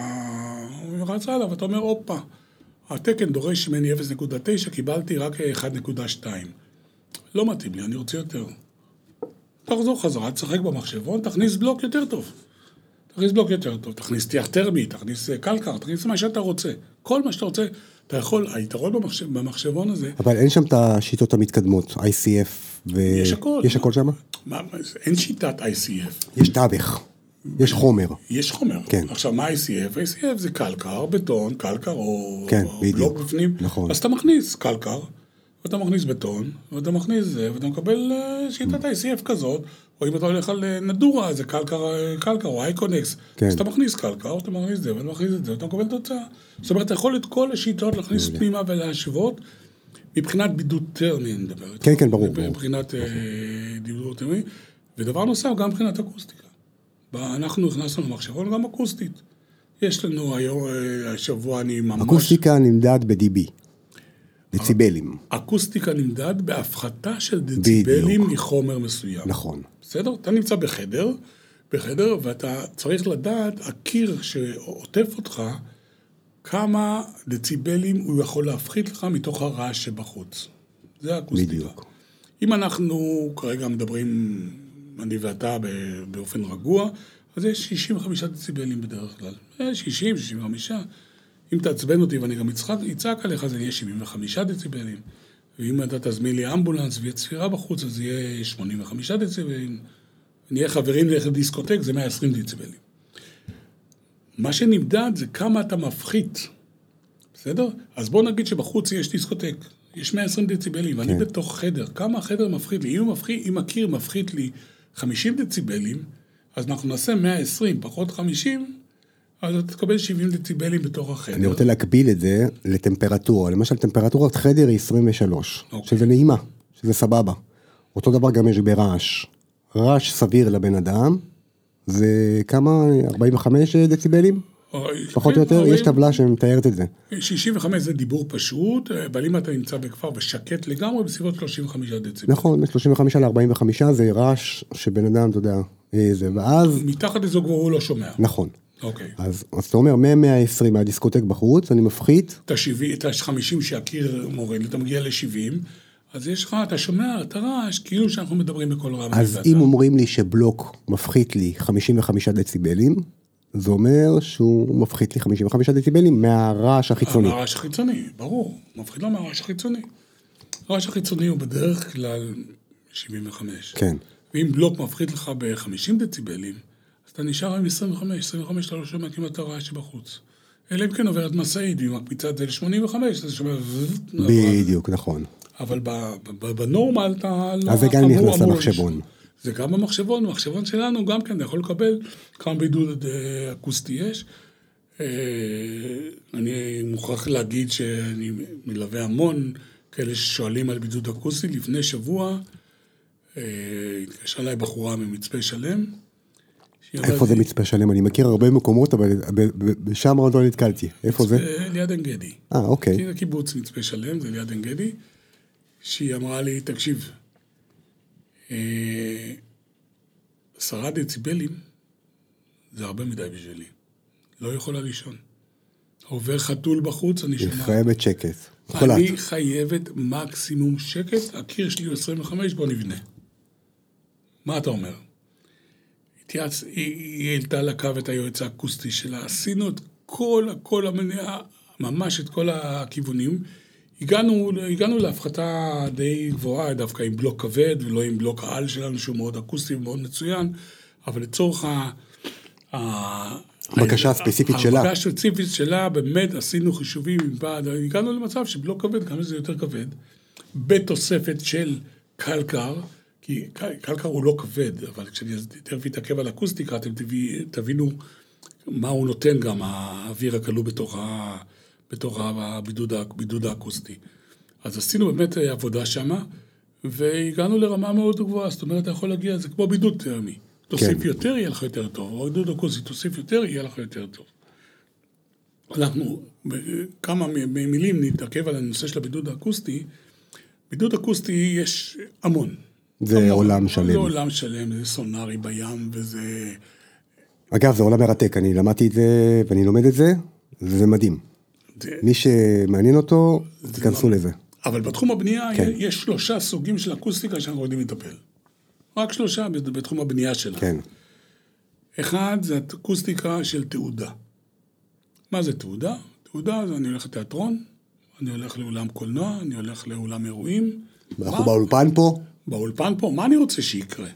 רץ עליו ואתה אומר, אופה, התקן דורש ממני 0.9, קיבלתי רק 1.2. לא מתאים לי, אני רוצה יותר. תחזור חזרה, תשחק במחשבון, תכניס בלוק יותר טוב. תכניס בלוק יותר טוב, תכניס טיח טרמי, תכניס קלקר, תכניס מה שאתה רוצה. כל מה שאתה רוצה, אתה יכול, היתרון במחשבון הזה... אבל אין שם את השיטות המתקדמות, ICF ו... יש הכל. יש הכל שם? אין שיטת ICF. יש תווך, יש חומר. יש חומר. כן. עכשיו, מה ICF? ICF זה קלקר, בטון, קלקר או... כן, בדיוק. בלוק בפנים. נכון. אז אתה מכניס קלקר, ואתה מכניס בטון, ואתה מכניס זה, ואתה מקבל שיטת ICF כזאת, או אם אתה הולך על נדורה, זה קלקר או אייקונקס, אז אתה מכניס קלקר, אתה מכניס זה, ואתה מכניס את זה, ואתה מקבל תוצאה. זאת אומרת, אתה יכול את כל השיטות להכניס פנימה ולהשוות, מבחינת בידוד טרמי, אני מדבר. כן, כן, ברור. מבחינת בידוד טרמי, ודבר נוסף, גם מבחינת אקוסטיקה. אנחנו הכנסנו למחשבון גם אקוסטית. יש לנו היום, השבוע אני ממש... אקוסטיקה נמדד ב-DB. דציבלים. אקוסטיקה נמדד בהפחתה של דציבלים מחומר מסוים. נכון. בסדר? אתה נמצא בחדר, ואתה צריך לדעת, הקיר שעוטף אותך, כמה דציבלים הוא יכול להפחית לך מתוך הרעש שבחוץ. זה האקוסטיקה. בדיוק. אם אנחנו כרגע מדברים, אני ואתה באופן רגוע, אז יש 65 דציבלים בדרך כלל. 60, 65. אם תעצבן אותי ואני גם יצעק עליך, אז יהיה 75 דציבלים. ואם אתה תזמין לי אמבולנס ויהיה צפירה בחוץ, אז יהיה 85 דציבלים. נהיה חברים ללכת דיסקוטק, זה 120 דציבלים. מה שנמדד זה כמה אתה מפחית. בסדר? אז בוא נגיד שבחוץ יש דיסקוטק. יש 120 דציבלים, ואני בתוך חדר. כמה החדר מפחית לי? אם הקיר מפחית לי 50 דציבלים, אז אנחנו נעשה 120 פחות 50, אז אתה תקבל 70 דציבלים בתוך החדר. אני רוצה להקביל את זה לטמפרטורה. למשל, טמפרטורת חדר היא 23, שזה נעימה, שזה סבבה. אותו דבר גם יש ברעש. רעש סביר לבן אדם, זה כמה? 45 דציבלים? פחות או יותר, יש טבלה שמתארת את זה. 65 זה דיבור פשוט, אבל אם אתה נמצא בכפר ושקט לגמרי, בסביבות 35 דציבלים. נכון, 35 ל-45 זה רעש שבן אדם, אתה יודע, זה, ואז... מתחת לזו כבר הוא לא שומע. נכון. אוקיי. אז אתה אומר, 120 מהדיסקוטק בחוץ, אני מפחית. את ה-50 שהקיר מורד, אתה מגיע ל-70, אז יש לך, אתה שומע, אתה רעש, כאילו שאנחנו מדברים בכל רמה. אז אם אומרים לי שבלוק מפחית לי 55 דציבלים, זה אומר שהוא מפחית לי 55 דציבלים מהרעש החיצוני. מהרעש החיצוני, ברור. מפחית לו מהרעש החיצוני. הרעש החיצוני הוא בדרך כלל 75. כן. ואם בלוק מפחית לך ב-50 דציבלים, אז אתה נשאר עם 25. 25 אתה לא שומע כמעט את הרעש שבחוץ. אלא אם כן עוברת מסעית, והיא מקפיצה את זה ל-85, אתה שומע... בדיוק, נכון. אבל בנורמל אתה... אז זה גם נכנס למחשבון. זה גם במחשבון, המחשבון שלנו גם כן, אתה יכול לקבל כמה בידוד אקוסטי יש. אני מוכרח להגיד שאני מלווה המון כאלה ששואלים על בידוד אקוסטי. לפני שבוע התקשרה אליי בחורה ממצפה שלם. איפה זה מצפה שלם? אני מכיר הרבה מקומות, אבל בשם עוד לא נתקלתי. איפה זה? ליד עין גדי. אוקיי. זה קיבוץ מצפה שלם, זה ליד עין גדי. שהיא אמרה לי, תקשיב, 10 דציבלים זה הרבה מדי בשבילי. לא יכולה לישון. עובר חתול בחוץ, אני שומע. היא חייבת שקט. אני חייבת מקסימום שקט, הקיר שלי הוא 25, בוא נבנה. מה אתה אומר? היא העלתה לקו את היועץ האקוסטי שלה, עשינו את כל המניעה, ממש את כל הכיוונים, הגענו להפחתה די גבוהה, דווקא עם בלוק כבד, ולא עם בלוק העל שלנו, שהוא מאוד אקוסטי ומאוד מצוין, אבל לצורך הבקשה הספציפית שלה. הבקשה הספציפית שלה, באמת עשינו חישובים, הגענו למצב שבלוק כבד, כמה זה יותר כבד, בתוספת של קלקר, כי קלקר הוא לא כבד, אבל כשאני יותר אתעכב על אקוסטיקה, אתם תבינו מה הוא נותן גם, האוויר הכלוא בתוך הבידוד האקוסטי. אז עשינו באמת עבודה שמה, והגענו לרמה מאוד גבוהה, זאת אומרת, אתה יכול להגיע, זה כמו בידוד טרמי. תוסיף יותר, יהיה לך יותר טוב, או בידוד אקוסטי, תוסיף יותר, יהיה לך יותר טוב. אנחנו, כמה מילים נתעכב על הנושא של הבידוד האקוסטי. בידוד אקוסטי יש המון. זה עולם שלם. זה עולם שלם, זה סונארי בים, וזה... אגב, זה עולם מרתק, אני למדתי את זה, ואני לומד את זה, וזה מדהים. מי שמעניין אותו, תיכנסו לזה. אבל בתחום הבנייה יש 3 סוגים של אקוסטיקה שאנחנו יודעים לטפל. רק 3 בתחום הבנייה שלה. כן. אחד זה אקוסטיקה של תעודה. מה זה תעודה? תעודה זה אני הולך לתיאטרון, אני הולך לאולם קולנוע, אני הולך לאולם אירועים. אנחנו באולפן פה? באולפן פה, מה אני רוצה שיקרה?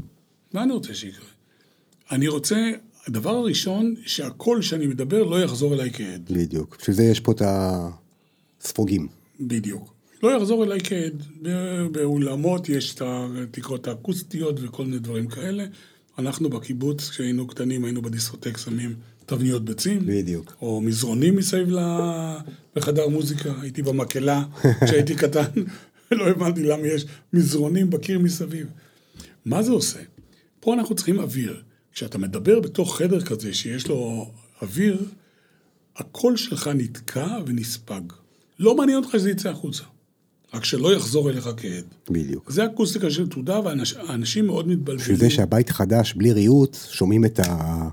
אני רוצה, הדבר הראשון, שהקול שאני מדבר לא יחזור אליי כעד. בדיוק. בשביל זה יש פה את הספוגים. בדיוק. לא יחזור אליי כעד. באולמות יש את התקרות האקוסטיות וכל מיני דברים כאלה. אנחנו בקיבוץ, כשהיינו קטנים, היינו בדיסקוטק שמים תבניות ביצים. בדיוק. או מזרונים מסביב לחדר מוזיקה. הייתי במקהלה כשהייתי קטן, ולא הבנתי למה יש מזרונים בקיר מסביב. מה זה עושה? פה אנחנו צריכים אוויר. כשאתה מדבר בתוך חדר כזה שיש לו אוויר, הקול שלך נתקע ונספג. לא מעניין אותך שזה יצא החוצה. רק שלא יחזור אליך כעד. בדיוק. זה אקוסטיקה של תעודה, ואנשים מאוד מתבלבלים. בשביל זה שהבית חדש, בלי ריהוט, שומעים את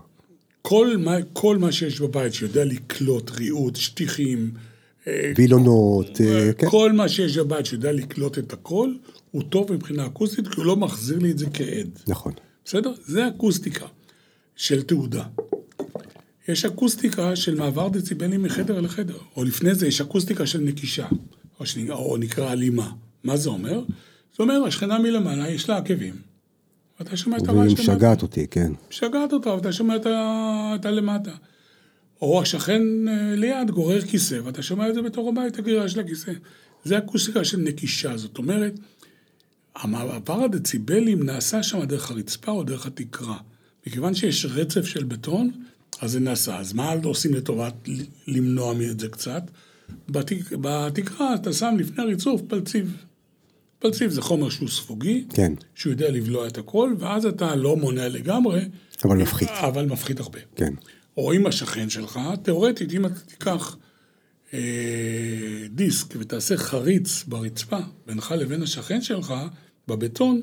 כל מה שיש בבית, שיודע לקלוט ריהוט, שטיחים, וילונות, כל מה שיש בבית, שיודע לקלוט את הכל, הוא טוב מבחינה אקוסטית, כי הוא לא מחזיר לי את זה כעד. נכון. בסדר? זה אקוסטיקה של תעודה. יש אקוסטיקה של מעבר דציבלים מחדר לחדר, או לפני זה יש אקוסטיקה של נקישה, או נקרא אלימה. מה זה אומר? זה אומר, השכנה מלמעלה יש לה עקבים. ואתה שומע את הרעש למטה. והיא משגעת אותי, כן. משגעת אותה, ואתה שומע את הלמטה. או השכן ליד גורר כיסא, ואתה שומע את זה בתוך הבית, הגרירה של הכיסא. זה אקוסטיקה של נקישה, זאת אומרת, המעבר הדציבלים נעשה שם דרך הרצפה או דרך התקרה. מכיוון שיש רצף של בטון, אז זה נעשה. אז מה עושים לטובת למנוע את זה קצת? בתקרה אתה שם לפני הריצוף פלציב. פלציב זה חומר שהוא ספוגי, כן. שהוא יודע לבלוע את הכל, ואז אתה לא מונע לגמרי, אבל מפחית. אבל מפחית הרבה. כן. או עם השכן שלך, תיאורטית, אם אתה תיקח דיסק ותעשה חריץ ברצפה, בינך לבין השכן שלך, בבטון,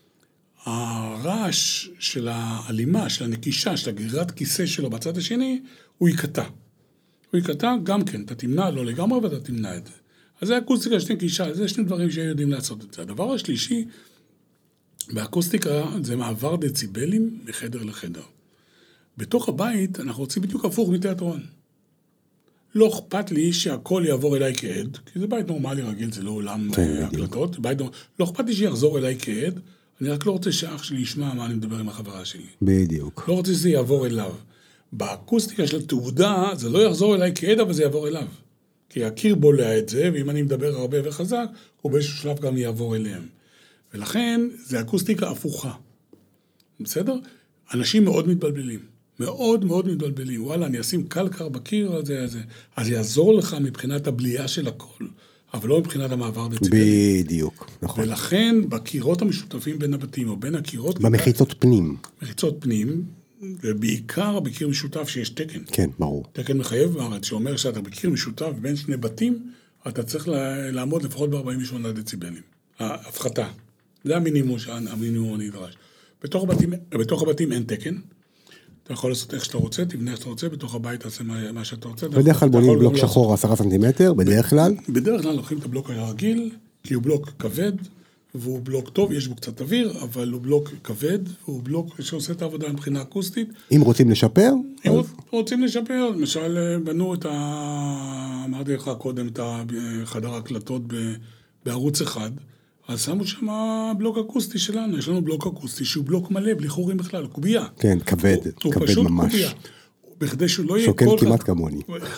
הרעש של האלימה, של הנקישה, של הגרירת כיסא שלו בצד השני, הוא יקטע. הוא יקטע גם כן, אתה תמנע לא לגמרי ואתה תמנע את זה. אז זה אקוסטיקה, שני קישה, זה שני דברים שיודעים לעשות את זה. הדבר השלישי, באקוסטיקה זה מעבר דציבלים מחדר לחדר. בתוך הבית אנחנו רוצים בדיוק הפוך מתיאטרון. לא אכפת לי שהכל יעבור אליי כעד, כי זה בית נורמלי רגיל, זה לא עולם הקלטות. לא אכפת לי שיחזור אליי כעד, אני רק לא רוצה שאח שלי ישמע מה אני מדבר עם החברה שלי. בדיוק. לא רוצה שזה יעבור אליו. באקוסטיקה של התעודה, זה לא יחזור אליי כעד, אבל זה יעבור אליו. כי הקיר בולע את זה, ואם אני מדבר הרבה וחזק, הוא באיזשהו שלב גם יעבור אליהם. ולכן, זה אקוסטיקה הפוכה. בסדר? אנשים מאוד מתבלבלים. מאוד מאוד מתבלבלים. וואלה, אני אשים קלקר בקיר הזה. אז יעזור לך מבחינת הבליעה של הכל, אבל לא מבחינת המעבר דציבלים. בדיוק, נכון. ולכן, בקירות המשותפים בין הבתים, או בין הקירות... במחיצות פנים. מחיצות פנים, ובעיקר בקיר משותף שיש תקן. כן, ברור. תקן מחייב בארץ, שאומר שאתה בקיר משותף בין שני בתים, אתה צריך לעמוד לפחות ב-48 דציבלים. ההפחתה. זה המינימום הנדרש. בתוך הבתים אין תקן. אתה יכול לעשות איך שאתה רוצה, תבנה איך שאתה רוצה, בתוך הבית תעשה מה שאתה רוצה. בדרך כלל בונים בלוק שחור 10 סנטימטר, בדרך כלל. בדרך כלל לוקחים את הבלוק הרגיל, כי הוא בלוק כבד, והוא בלוק טוב, יש בו קצת אוויר, אבל הוא בלוק כבד, והוא בלוק שעושה את העבודה מבחינה אקוסטית. אם רוצים לשפר? אם רוצים לשפר, למשל בנו אמרתי לך קודם, את חדר הקלטות בערוץ אחד, אז שמו שם בלוק אקוסטי שלנו, יש לנו בלוק אקוסטי שהוא בלוק מלא, בלי חורים בכלל, קובייה. כן, כבד, כבד פשוט ממש. קובייה. בכדי שהוא לא יהיה שוקל כמעט כמוני.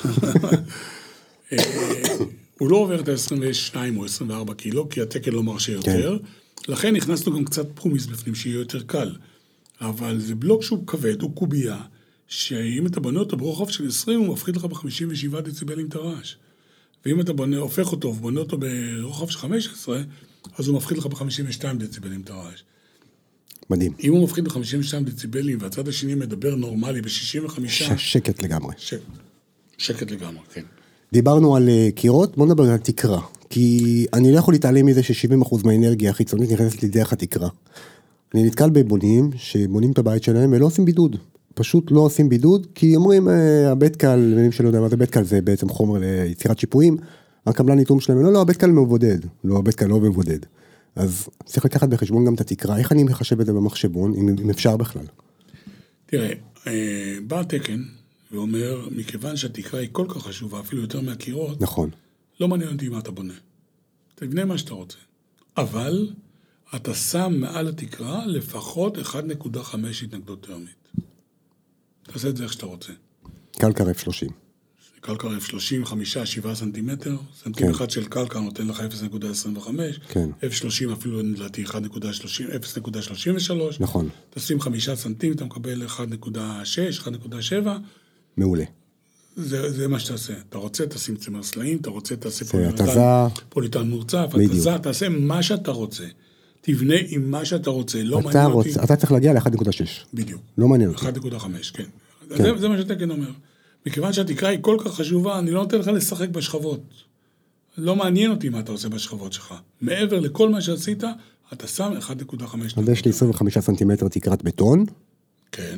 הוא לא עובר את ה-22 או 24 קילו, כי התקן לא מרשה יותר. לכן הכנסנו גם קצת פרומיס בפנים, שיהיה יותר קל. אבל זה בלוק שהוא כבד, הוא קובייה, שאם אתה בונה אותו ברוחב של 20, הוא מפחית לך ב-57 דציבלים את הרעש. ואם אתה הופך אותו ובונה אותו ברוחב של 15, אז הוא מפחית לך ב-52 דציבלים את הרעש. מדהים. אם הוא מפחית ב-52 דציבלים, והצד השני מדבר נורמלי ב-65... שקט לגמרי. שקט לגמרי, כן. דיברנו על קירות, בוא נדבר על תקרה. כי אני לא יכול להתעלם מזה ש70% מהאנרגיה החיצונית נכנסת לי דרך התקרה. אני נתקל בבונים שבונים את הבית שלהם ולא עושים בידוד. פשוט לא עושים בידוד, כי אומרים, הבית קל, מבינים שלא יודע מה זה בית קל, זה בעצם חומר ליצירת שיפועים, הקבלן ניתום שלהם, לא, הבית קל מבודד, לא, הבית קל לא מבודד. אז צריך לקחת בחשבון גם את התקרה, איך אני מחשב את זה במחשבון, אם אפשר בכלל? תראה, בא התקן ואומר, מכיוון שהתקרה היא כל כך חשובה, אפילו יותר מהקירות, נכון. לא מעניין אותי מה אתה בונה. תבנה מה שאתה רוצה. אבל אתה שם מעל התקרה לפחות 1.5 התנגדות טרמית. תעשה את זה איך שאתה רוצה. קלקר F30. קלקר F30, 5-7 סנטימטר, סנטימטר אחד של קלקר נותן לך 0.25, כן. F30 אפילו לדעתי 0.33, נכון. תשים 5 סנטימטר, אתה מקבל 1.6, 1.7. מעולה. זה מה שתעשה. אתה רוצה, תשים צמר סלעים, אתה רוצה, תעשה פוליטן מורצף, תעשה מה שאתה רוצה. תבנה עם מה שאתה רוצה, לא מעניין אותי. אתה צריך להגיע ל-1.6. בדיוק. לא מעניין אותי. 1.5, כן. זה מה שהתקן אומר. מכיוון שהתקרה היא כל כך חשובה, אני לא נותן לך לשחק בשכבות. לא מעניין אותי מה אתה עושה בשכבות שלך. מעבר לכל מה שעשית, אתה שם 1.5. אז יש לי 25 סנטימטר תקרת בטון. כן.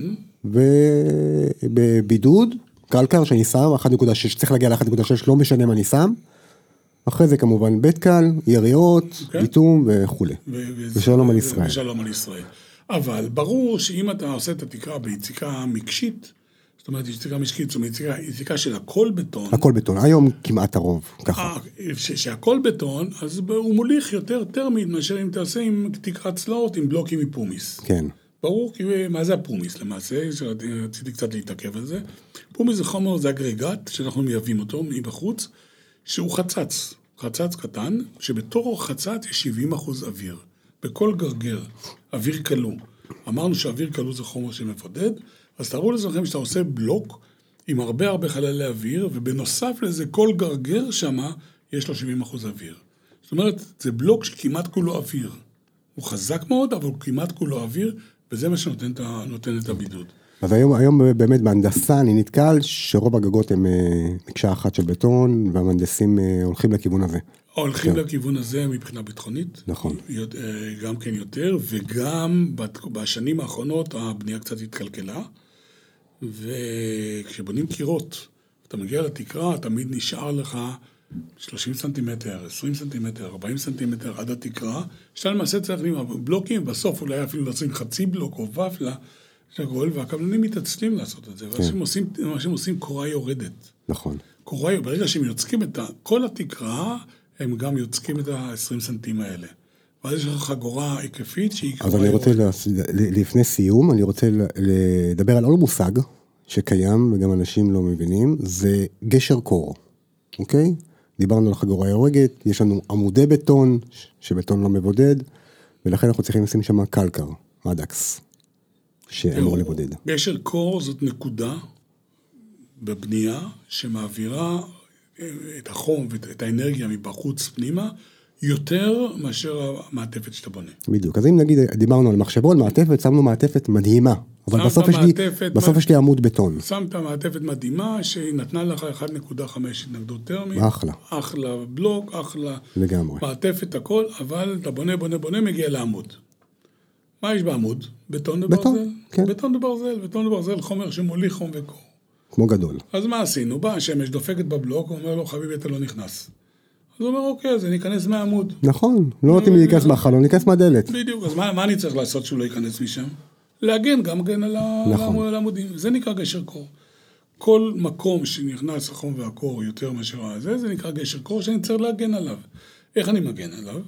ובבידוד, קלקר שאני שם, 1.6, צריך להגיע ל-1.6, לא משנה מה אני שם. אחרי זה כמובן בית קל, יריות, ביטום וכו'. ושלום על ישראל. ושלום על ישראל. אבל ברור שאם אתה עושה את התקרה ביציקה מקשית, זאת אומרת, יציקה משקית, זאת אומרת, יציקה של הכל בטון. הכל בטון, היום כמעט הרוב, ככה. שהכל בטון, אז הוא מוליך יותר טרמית, מאשר אם תעשה עם תקרת צלעות, עם בלוקים מפומיס. כן. ברור, כי מה זה הפומיס למעשה? רציתי קצת להתעכב על זה. פומיס זה חומר, זה אגרגט, שאנחנו מייבאים אותו מבחוץ, שהוא חצץ. חצץ קטן, שבתור חצץ יש 70% אוויר. בכל גרגר, אוויר קלו. אמרנו שאוויר קלו זה חומר שמפודד, אז תראו לעצמכם שאתה עושה בלוק עם הרבה חללי אוויר, ובנוסף לזה כל גרגר שמה יש לו 70% אוויר. זאת אומרת, זה בלוק שכמעט כולו אוויר. הוא חזק מאוד, אבל הוא כמעט כולו אוויר, וזה מה שנותן את הבידוד. אז היום באמת בהנדסה אני נתקל שרוב הגגות הם מקשה אחת של בטון, והמהנדסים הולכים לכיוון הזה. הולכים לכיוון הזה מבחינה ביטחונית. נכון. גם כן יותר, וגם בשנים האחרונות הבנייה קצת התקלקלה, וכשבונים קירות, אתה מגיע לתקרה, תמיד נשאר לך 30 סנטימטר, 20 סנטימטר, 40 סנטימטר עד התקרה, שאתה למעשה צריך עם בלוקים, בסוף אולי אפילו לשים חצי בלוק או ופלה, והקבלנים מתעצלים לעשות את זה, ומה שהם עושים קורה יורדת. נכון. קורה, ברגע שהם יוצקים את כל התקרה, הם גם יוצקים את ה-20 סנטים האלה. ואז יש לך חגורה היקפית שהיא קורה יורדת. אבל אני רוצה, לפני סיום, אני רוצה לדבר על עוד מושג שקיים, וגם אנשים לא מבינים, זה גשר קור, אוקיי? דיברנו על חגורה יורדת, יש לנו עמודי בטון, שבטון לא מבודד, ולכן אנחנו צריכים לשים שם קלקר, מדקס. שאמור לבודד. גשר קור זאת נקודה בבנייה שמעבירה את החום ואת האנרגיה מבחוץ פנימה יותר מאשר המעטפת שאתה בונה. בדיוק. אז אם נגיד דיברנו על מחשבון, מעטפת, שמנו מעטפת מדהימה, אבל בסוף יש לי עמוד בטון. שמת מעטפת מדהימה שהיא נתנה לך 1.5 התנגדות טרמית. אחלה. אחלה בלוק, אחלה. לגמרי. מעטפת הכל, אבל אתה בונה, מגיע לעמוד. מה יש בעמוד? בטון וברזל. כן. בטון וברזל, חומר שמוליך חום וקור. כמו גדול. אז מה עשינו? בא השמש דופקת בבלוק, הוא אומר לו, חביבי, אתה לא נכנס. אז הוא אומר, אוקיי, אז אני אכנס מהעמוד. נכון, לא נתאים לי להיכנס מהחלון, להיכנס מהדלת. בדיוק, אז מה אני צריך לעשות שהוא לא ייכנס משם? להגן, גם הגן על העמודים. זה נקרא גשר קור. כל מקום שנכנס החום והקור יותר מאשר זה נקרא גשר קור שאני צריך להגן עליו. איך אני מגן עליו?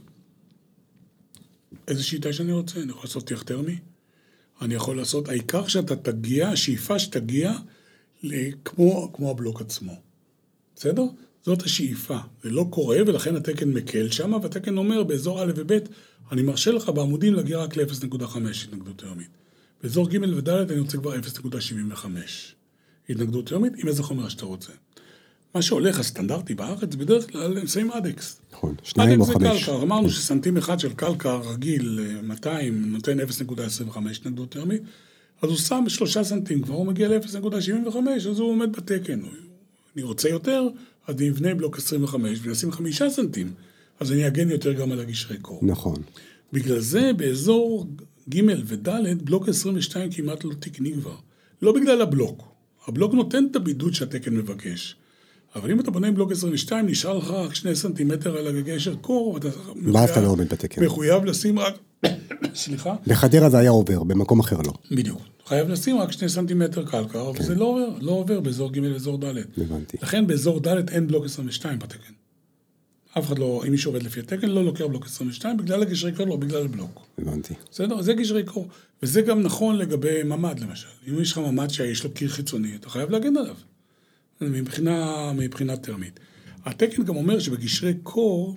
איזו שיטה שאני רוצה, אני יכול לעשות טיח טרמי, אני יכול לעשות, העיקר שאתה תגיע, השאיפה שתגיע כמו הבלוק עצמו. בסדר? זאת השאיפה. זה לא קורה, ולכן התקן מקל שם, והתקן אומר, באזור א' וב', אני מרשה לך בעמודים להגיע רק ל-0.5 התנגדות טרמית. באזור ג' וד' אני רוצה כבר 0.75 התנגדות טרמית, עם איזה חומר שאתה רוצה. מה שהולך הסטנדרטי בארץ, בדרך כלל הם שמים אדקס. נכון, 2 או 5. אדקס זה קלקר, אמרנו שסנטים אחד של קלקר רגיל, 200, נותן 0.25 התנגדות טרמית, אז הוא שם 3 סנטים, כבר הוא מגיע ל-0.75, אז הוא עומד בתקן. אני רוצה יותר, אז אני אבנה בלוק 25, ונשים 5 סנטים, אז אני אגן יותר גם על הגשרי קור. נכון. בגלל זה, באזור ג' וד', בלוק 22 כמעט לא תקני כבר. לא בגלל הבלוק. הבלוק נותן את הבידוד שהתקן מבקש. אבל אם אתה בונה עם בלוק 22, נשאר לך רק 2 סנטימטר על הגשר קור, ואתה לא עומד בתקן. מחויב לשים רק, סליחה? בחדרה זה היה עובר, במקום אחר לא. בדיוק. חייב לשים רק 2 סנטימטר קלקר, וזה לא עובר באזור ג' ואזור ד'. הבנתי. לכן באזור ד' אין בלוק 22 בתקן. אף אחד לא, אם מישהו עובד לפי התקן, לא לוקח בלוק 22, בגלל הגשרי קור, לא בגלל הבלוק. הבנתי. בסדר? זה גשרי קור. וזה גם נכון לגבי ממד, למשל. אם יש לך ממד שיש לו קיר חיצוני, אתה חייב להגן עליו. מבחינה טרמית. התקן גם אומר שבגשרי קור,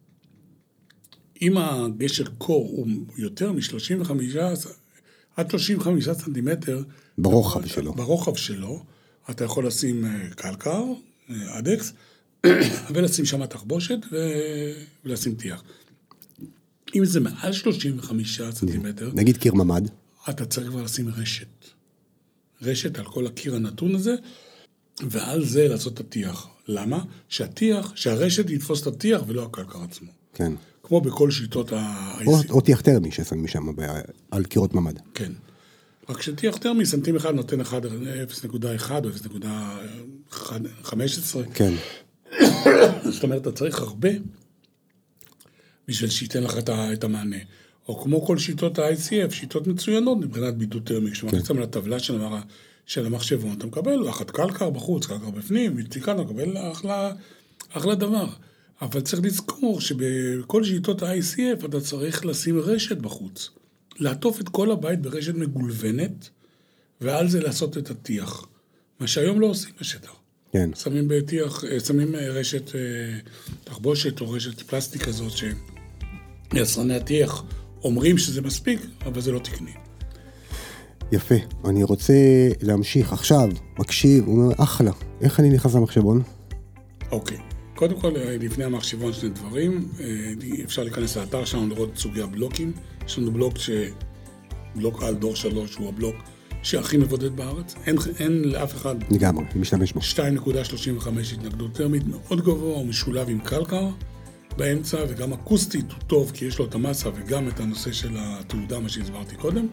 אם הגשר קור הוא יותר מ-35, עד 35 סנטימטר, ברוחב שלו, אתה יכול לשים קלקר, אדקס, ולשים שם תחבושת ולשים טיח. אם זה מעל 35 סנטימטר, נגיד קיר ממד, אתה צריך כבר לשים רשת על כל הקיר הנתון הזה, ועל זה לעשות את הטיח. למה? שהרשת יתפוס את הטיח ולא הקלקר עצמו. כן. כמו בכל שיטות ה-IC. או טיח טרמי ששמים שם על קירות ממד. כן. רק שטיח טרמי, סנטים אחד נותן 0.1 או 0.15. כן. זאת אומרת, אתה צריך הרבה בשביל שייתן לך את המענה. או כמו כל שיטות ה-ICF, שיטות מצוינות מבחינת בידוד טרמי. כשמחצם לטבלה של המחשבון, אתה מקבל ואחת קלקר בחוץ, קלקר בפנים, מציקה, אתה מקבל אחלה דבר. אבל צריך לזכור שבכל שיטות ה-ICF אתה צריך לשים רשת בחוץ. לעטוף את כל הבית ברשת מגולבנת, ועל זה לעשות את הטיח. מה שהיום לא עושים בשטח. כן. שמים רשת תחבושת או רשת פלסטיק הזאת, שיצרני הטיח אומרים שזה מספיק, אבל זה לא תקני. יפה, אני רוצה להמשיך עכשיו, מקשיב, הוא אומר, אחלה, איך אני נכנס למחשבון? אוקיי, קודם כל, לפני המחשבון שני דברים, אפשר להיכנס לאתר שלנו לראות את סוגי הבלוקים, יש לנו בלוק על דור 3 הוא הבלוק שהכי מבודד בארץ, אין לאף אחד לגמרי, אני משתמש בו. 2.35 התנגדות טרמית מאוד גבוה, הוא משולב עם קלקר באמצע, וגם אקוסטית הוא טוב, כי יש לו את המסה וגם את הנושא של התעודה, מה שהסברתי קודם,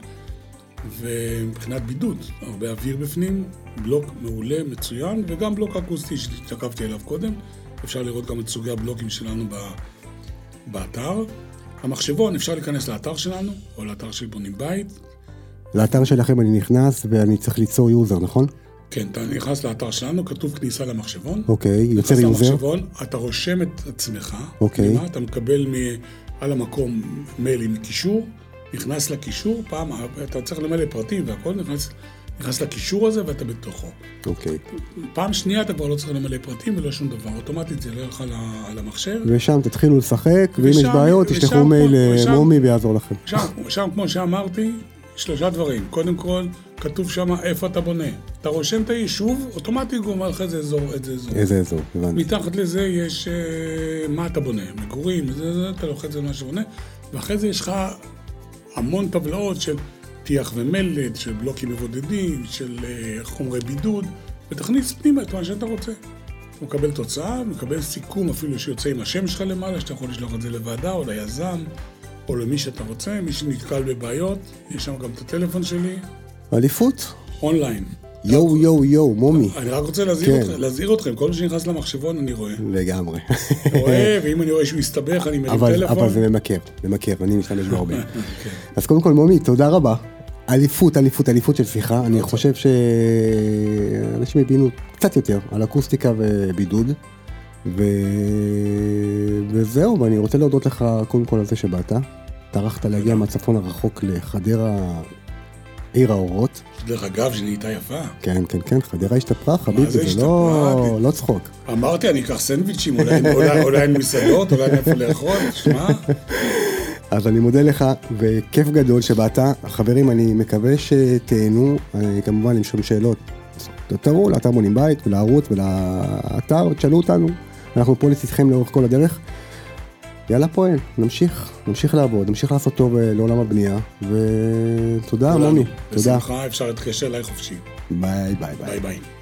ומבחינת בידוד, הרבה אוויר בפנים, בלוק מעולה, מצוין, וגם בלוק אקוסטי שתקפתי אליו קודם, אפשר לראות גם את סוגי הבלוקים שלנו באתר. המחשבון, אפשר להיכנס לאתר שלנו, או לאתר של בונים בית. לאתר שלכם אני נכנס ואני צריך ליצור יוזר, נכון? כן, אתה נכנס לאתר שלנו, כתוב כניסה למחשבון. אוקיי, יוצר יוזר. נכנס למחשבון, אתה רושם את עצמך. אוקיי. אתה מקבל על המקום מייל עם קישור, נכנס לקישור, פעם אתה צריך למלא פרטים והכל, נכנס לקישור הזה ואתה בתוכו. אוקיי. פעם שנייה אתה כבר לא צריך למלא פרטים ולא שום דבר, אוטומטית זה לא ילך על המחשב. ושם תתחילו לשחק, ואם יש בעיות, תשלחו מייל מומי ויעזור לכם. שם, כמו שאמרתי, 3 דברים. קודם כל, כתוב שם איפה אתה בונה. אתה רושם את היישוב, אוטומטית הוא אומר לך איזה אזור, איזה אזור. איזה אזור, הבנתי. מתחת לזה יש מה אתה בונה, מגורים, אתה לוחץ על מה שבונה, ואחרי זה יש לך המון טבלאות של טיח ומלט, של בלוקים מבודדים, של חומרי בידוד, ותכניס פנימה את מה שאתה רוצה. אתה מקבל תוצאה, מקבל סיכום אפילו שיוצא עם השם שלך למעלה, שאתה יכול לשלוח את זה לוועדה או ליזם, או למי שאתה רוצה, מי שנתקל בבעיות, יש שם גם את הטלפון שלי. אליפות? אונליין. יו, מומי. אני רק רוצה להזהיר אתכם, כל מי שנכנס למחשבון אני רואה. לגמרי. רואה, ואם אני רואה שהוא יסתבך, אני מרים טלפון. אבל זה ממכר, אני משתמש בהרבה. אז קודם כל, מומי, תודה רבה. אליפות של שיחה. אני חושב שאנשים הבינו קצת יותר על אקוסטיקה ובידוד. וזהו, ואני רוצה להודות לך קודם כל על זה שבאת. טרחת להגיע מהצפון הרחוק לחדרה, עיר האורות. דרך אגב, שנהייתה יפה. כן, חדרה השתפרה, חביבי, זה לא צחוק. אמרתי, אני אקח סנדוויצ'ים, אולי אין מסעדות, אולי אין איפה לאכול, תשמע. אז אני מודה לך, וכיף גדול שבאת. חברים, אני מקווה שתהנו, כמובן עם שום שאלות. תראו לאתר בונים בית, ולערוץ, ולאתר, תשאלו אותנו. אנחנו פה לצדכם לאורך כל הדרך. יאללה פועל, נמשיך לעבוד, נמשיך לעשות טוב לעולם הבנייה, ותודה מומי. בשמחה, אפשר להתקשר אליי חופשי. ביי.